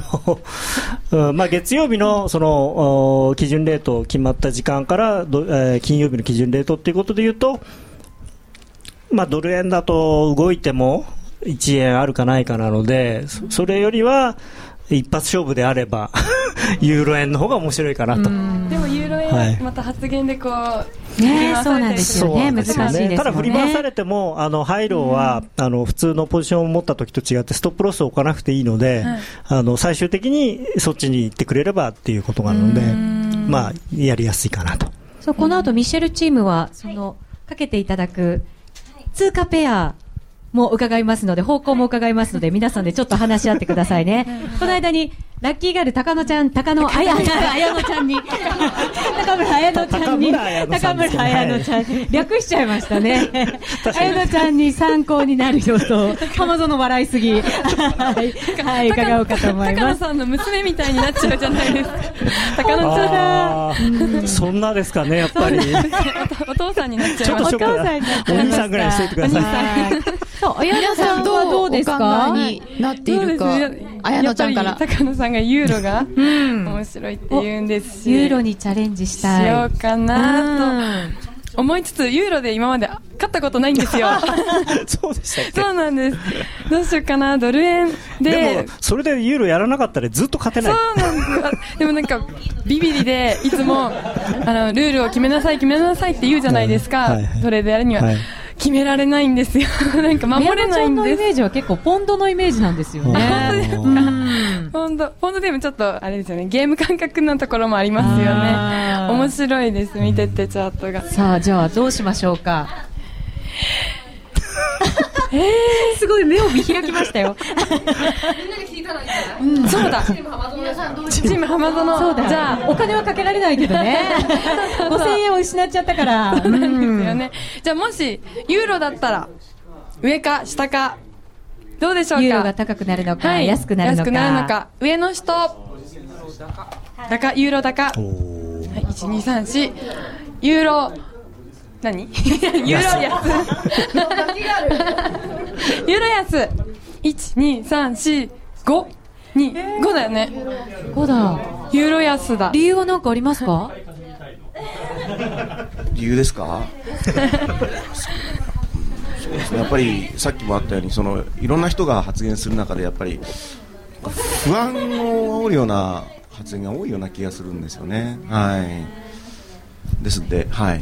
月曜日の基準レート決まった時間から金曜日の基準レートということでいうと、ドル円だと動いても1円あるかないかなので、それよりは一発勝負であればユーロ円の方が面白いかなと。 でもユーロ円また発言でそうなんですよね。難しいですよね。 ただ振り回されても廃炉は普通のポジションを持った時と違ってストップロスを置かなくていいので、最終的にそっちに行ってくれればっていうことなので、やりやすいかなと。 この後ミシェルチームはかけていただく通貨ペアも伺いますので、方向も伺いますので、皆さんでちょっと話し合ってくださいね。この間にラッキーガール高野綾乃ちゃんに高村綾乃ちゃんに高村綾乃ちゃん略しちゃいましたね。綾乃ちゃんに参考になるよと浜園笑いすぎはい、伺おうかと思います。 高野さんの娘みたいになっちゃうじゃないですか。高野ちゃんそんなですかね、やっぱりお父さんになっちゃいます。 お兄さんぐらいにしておいてください。 綾乃さんはどうですか？ になっているか。綾乃ちゃんから高野さんがユーロが面白いって言うんですし、 ユーロにチャレンジしたいしようかなと思いつつ、ユーロで今まで勝ったことないんですよ。 そうでしたっけ？ そうなんです。どうしようかな。ドル円でもそれでユーロやらなかったらずっと勝てない。 そうなんです。でもビビリでいつもルールを決めなさいって言うじゃないですか。それでやるには、決められないんですよ。守れないんです。 綾乃ちゃんのイメージは結構ポンドのイメージなんですよね。 ポンドでもちょっとあれですよね。ゲーム感覚のところもありますよね。面白いです。見ててチャートが。 さあ、じゃあどうしましょうか。すごい目を見開きましたよ。 そうだ。チーム浜園。 そうだ。じゃあお金はかけられないけどね。5000円を失っちゃったから。 そうなんですよね。じゃあもしユーロだったら上か下かどうでしょうか。 ユーロが高くなるのか、安くなるのか。 上の人高、ユーロ高。1、2、3、4ユーロ何？ユーロ安。ユーロ安。1、2、3、4、5。5だよね。 5だ。 ユーロ安だ。 理由は何かありますか？ 理由ですか？そうですね。やっぱりさっきもあったようにいろんな人が発言する中でやっぱり不安を煽るような発言が多いような気がするんですよね。はい。ですので、はい。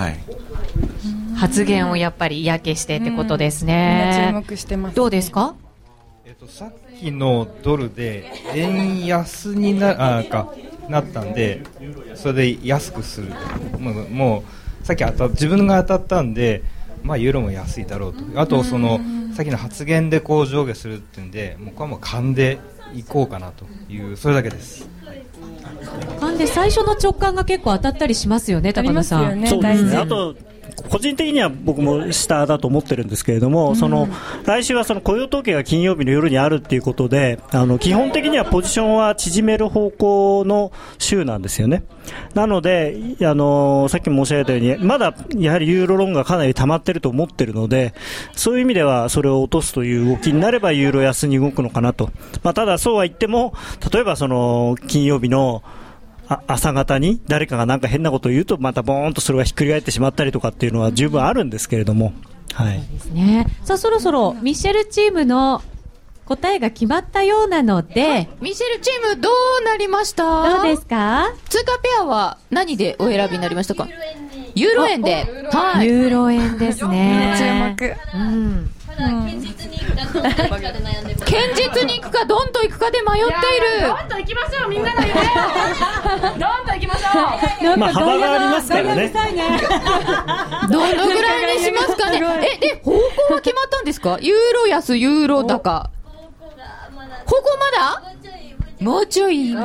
発言をやっぱり嫌気してってことですね。 注目してます。 どうですか？ さっきのドルで円安になるなったんで、それで安くする。もうさっき自分が当たったんで、まあユーロも安いだろうと。あとそのさっきの発言でこう上下するっていうんで、僕はもう勘でいこうかなというそれだけです。 勘で最初の直感が結構当たったりしますよね、高野さん。 そうですね。あと個人的には僕も下だと思ってるんですけれども、来週はその雇用統計が金曜日の夜にあるっていうことで、基本的にはポジションは縮める方向の週なんですよね。なので、さっきも申し上げたように、まだやはりユーロロンがかなり溜まってると思ってるので、そういう意味ではそれを落とすという動きになればユーロ安に動くのかなと。ただそうは言っても、例えばその金曜日の朝方に誰かがなんか変なことを言うとまたボーンとそれがひっくり返ってしまったりとかっていうのは十分あるんですけれども、はい。 そうですね。さあそろそろミシェルチームの答えが決まったようなので、 ミシェルチームどうなりました？ どうですか？ 通貨ペアは何でお選びになりましたか？ユーロ円で。 はい。ユーロ円ですね。 注目。 堅実に行くかドンと行くかで悩んでる。 堅実に行くかドンと行くかで迷っている。 ドンと行きましょう、みんなの夢を。ドンと行きましょう。 幅がありますからね。 どのぐらいにしますかね。で方向は決まったんですか？ユーロ安、ユーロ高。方向まだ？もうちょい。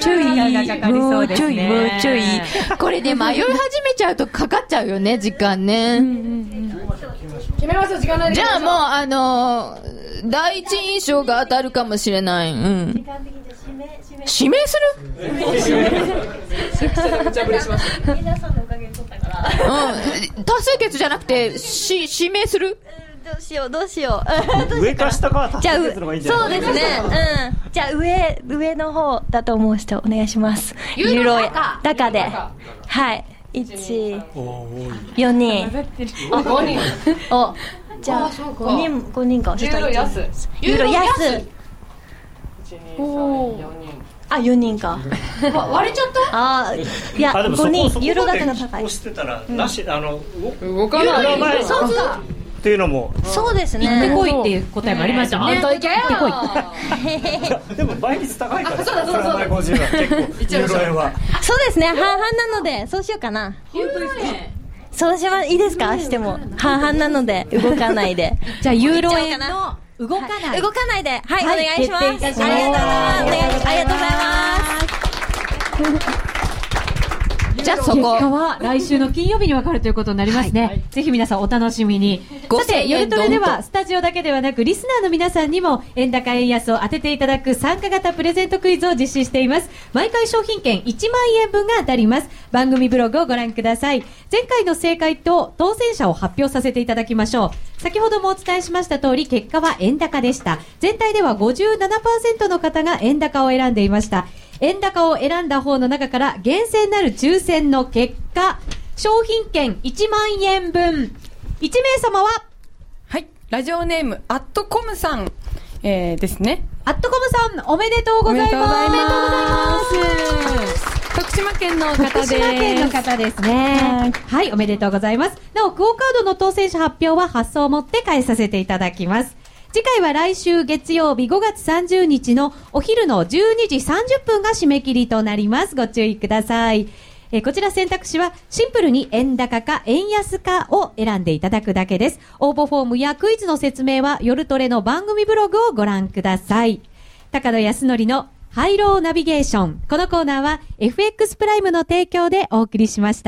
これで迷い始めちゃうとかかっちゃうよね、時間ね。 決めましょう、時間ないで。 じゃあもう第一印象が当たるかもしれない。指名する？ 皆さんのおかげで取ったから。 多数決じゃなくて指名する？ どうしよう。 上か下かは多数決の方がいいんじゃない？ そうですね。じゃあ上の方だと思う人お願いします。 ユーロ高で。はい。4人。 5人。 じゃあ5人か。 ユーロ安。 ユーロ安。4人か。 割れちゃった？ いや、5人。ユーロ高が高い。 してたらなし動かない。 そうっていうのもそうですね。 行ってこいっていう答えもありましたね。 行ってこい。でも倍率高いから。 そうだ。 結構ユーロ円は。 そうですね。半々なのでそうしようかな。 本当ですね。 そうします。いいですか？しても半々なので動かないで。 じゃあユーロ円の動かないで。はい、お願いします。ありがとうございます。ありがとうございます。 じゃあ結果は来週の金曜日に分かるということになりますね。ぜひ皆さんお楽しみに。さて、夜トレではスタジオだけではなくリスナーの皆さんにも円高円安を当てていただく参加型プレゼントクイズを実施しています。毎回商品券1万円分が当たります。番組ブログをご覧ください。前回の正解と当選者を発表させていただきましょう。先ほどもお伝えしました通り結果は円高でした。全体では 57% の方が円高を選んでいました。円高を選んだ方の中から厳選なる抽選の結果、商品券1万円分、1名様は、 はい、ラジオネーム、@com さん、ですね。 @com さん、おめでとうございます。おめでとうございます。 徳島県の方です。 徳島県の方ですね。はい、おめでとうございます。なお、クオカードの当選者発表は発送をもって返させていただきます。次回は来週月曜日5月30日のお昼の12時30分が締め切りとなります。ご注意ください。こちら選択肢はシンプルに円高か円安かを選んでいただくだけです。応募フォームやクイズの説明は夜トレの番組ブログをご覧ください。高野康則のハイローナビゲーション。このコーナーは FX プライムの提供でお送りしました。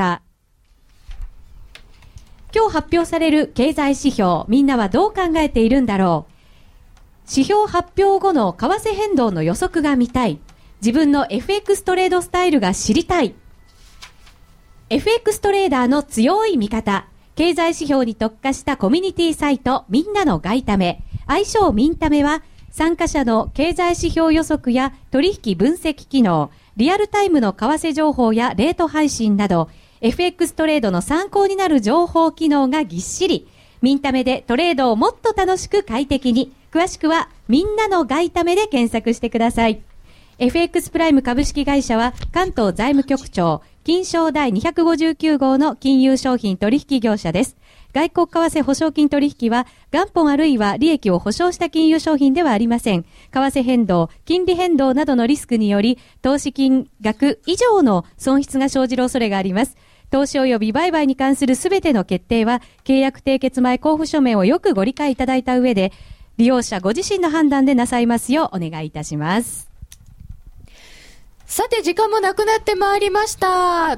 今日発表される経済指標、みんなはどう考えているんだろう。指標発表後の為替変動の予測が見たい。自分の FX トレードスタイルが知りたい。FX トレーダーの強い味方。経済指標に特化したコミュニティサイト、みんなの外為。愛称ミンタメは、参加者の経済指標予測や取引分析機能、リアルタイムの為替情報やレート配信など、FX トレードの参考になる情報機能がぎっしり。ミンタメでトレードをもっと楽しく快適に。詳しくはみんなの外為で検索してください。FX プライム株式会社は関東財務局長金商第259号の金融商品取引業者です。 外国為替保証金取引は元本あるいは利益を保証した金融商品ではありません。為替変動、金利変動などのリスクにより投資金額以上の損失が生じる恐れがあります。投資及び売買に関するすべての決定は契約締結前交付書面をよくご理解いただいた上で利用者ご自身の判断でなさいますようお願いいたします。 さて時間もなくなってまいりました。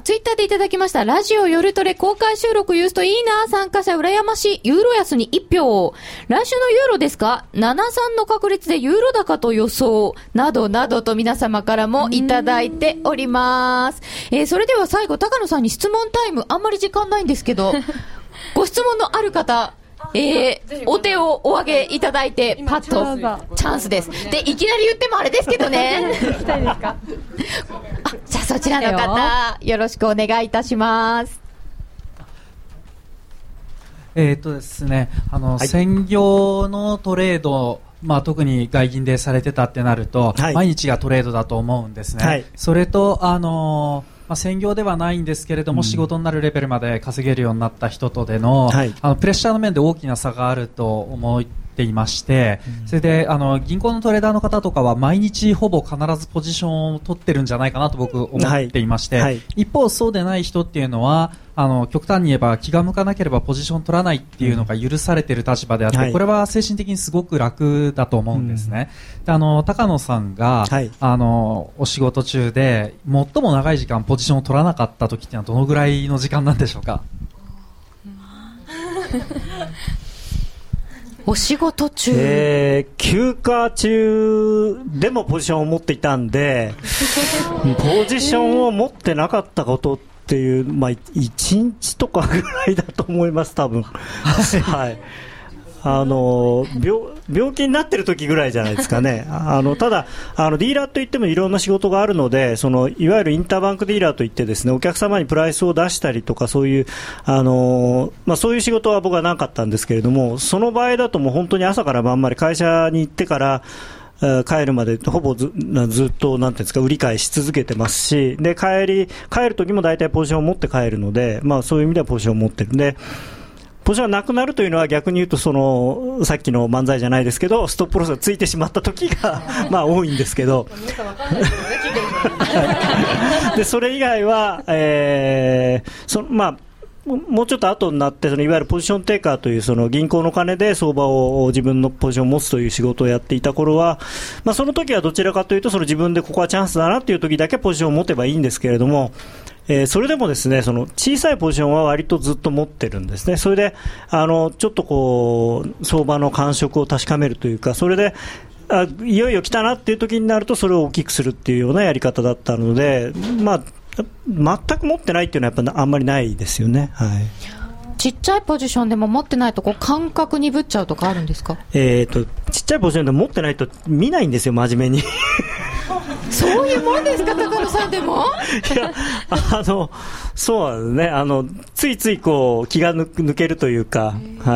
ツイッターでいただきましたラジオ夜トレ公開収録ユーストいいな、参加者羨ましい、ユーロ安に1票、来週のユーロですか、73の確率でユーロ高と予想などなどと皆様からもいただいております。それでは最後高野さんに質問タイム、あんまり時間ないんですけどご質問のある方お手をお上げいただいてパッとチャンスです。でいきなり言ってもあれですけどね聞きたいですかじゃあそちらの方よろしくお願いいたします。 ですね、専業のトレード、特に外銀でされてたってなると、毎日がトレードだと思うんですね。それと専業ではないんですけれども、仕事になるレベルまで稼げるようになった人とでの、プレッシャーの面で大きな差があると思っていまして、それで銀行のトレーダーの方とかは毎日ほぼ必ずポジションを取ってるんじゃないかなと僕思っていまして、一方そうでない人っていうのは極端に言えば気が向かなければポジション取らないっていうのが許されている立場であって、これは精神的にすごく楽だと思うんですね。で高野さんが、お仕事中で最も長い時間ポジションを取らなかった時っていうのはどのぐらいの時間なんでしょうか？ お仕事中、 休暇中でもポジションを持っていたんでポジションを持ってなかったことっていう、1日とかぐらいだと思います多分はい、病気になってる時ぐらいじゃないですかね。ただディーラーといってもいろんな仕事があるので、いわゆるインターバンクディーラーといってですね、お客様にプライスを出したりとかそういうそういう仕事は僕はなかったんですけれども、その場合だともう本当に朝から晩まで会社に行ってから帰るまでほぼずっとなんていうんですか、売り買いし続けてますし、で帰る時も大体ポジションを持って帰るので、そういう意味ではポジションを持ってるんで、ポジションがなくなるというのは逆に言うとさっきの漫才じゃないですけどストップロスがついてしまった時が多いんですけどでそれ以外は、もうちょっと後になっていわゆるポジションテイカーという銀行の金で相場を自分のポジションを持つという仕事をやっていた頃は、その時はどちらかというと自分でここはチャンスだなという時だけポジションを持てばいいんですけれども、それでもですね、小さいポジションは割とずっと持ってるんですね。それでちょっと相場の感触を確かめるというか、それでいよいよ来たなっていう時になるとそれを大きくするっていうようなやり方だったので、全く持ってないっていうのはやっぱあんまりないですよね。 ちっちゃいポジションでも持ってないと感覚鈍っちゃうとかあるんですか？ ちっちゃいポジションでも持ってないと見ないんですよ、真面目にそういうもんですか、高野さんでも？ いや、そうなんですね。ついつい気が抜けるというか、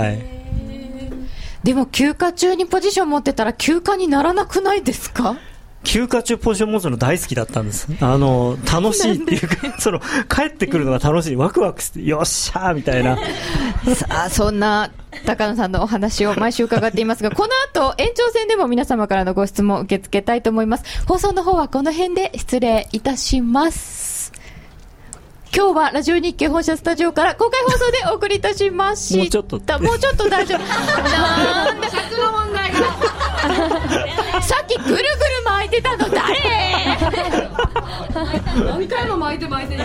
でも休暇中にポジション持ってたら休暇にならなくないですか？ 休暇中ポジション持つの大好きだったんです。楽しいっていうか帰ってくるのが楽しい、ワクワクしてよっしゃーみたいなさあそんな高野さんのお話を毎週伺っていますがこの後延長戦でも皆様からのご質問を受け付けたいと思います。放送の方はこの辺で失礼いたします。今日はラジオ日経本社スタジオから公開放送でお送りいたしました。もうちょっと大丈夫なんで尺の問題がさっきぐるぐる巻いてたの誰？ 何回も巻いて言うて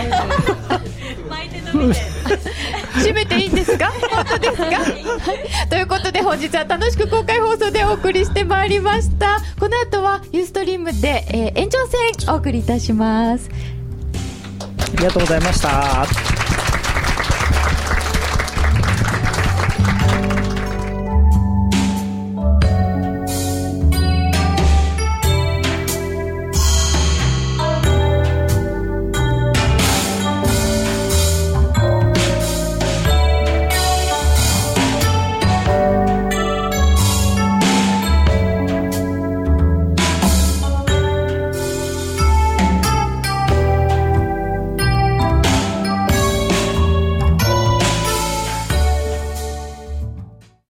閉めていいんですか？本当ですか？ということで本日は楽しく公開放送でお送りしてまいりました。この後はユーストリームで、延長戦お送りいたします。 ありがとうございました。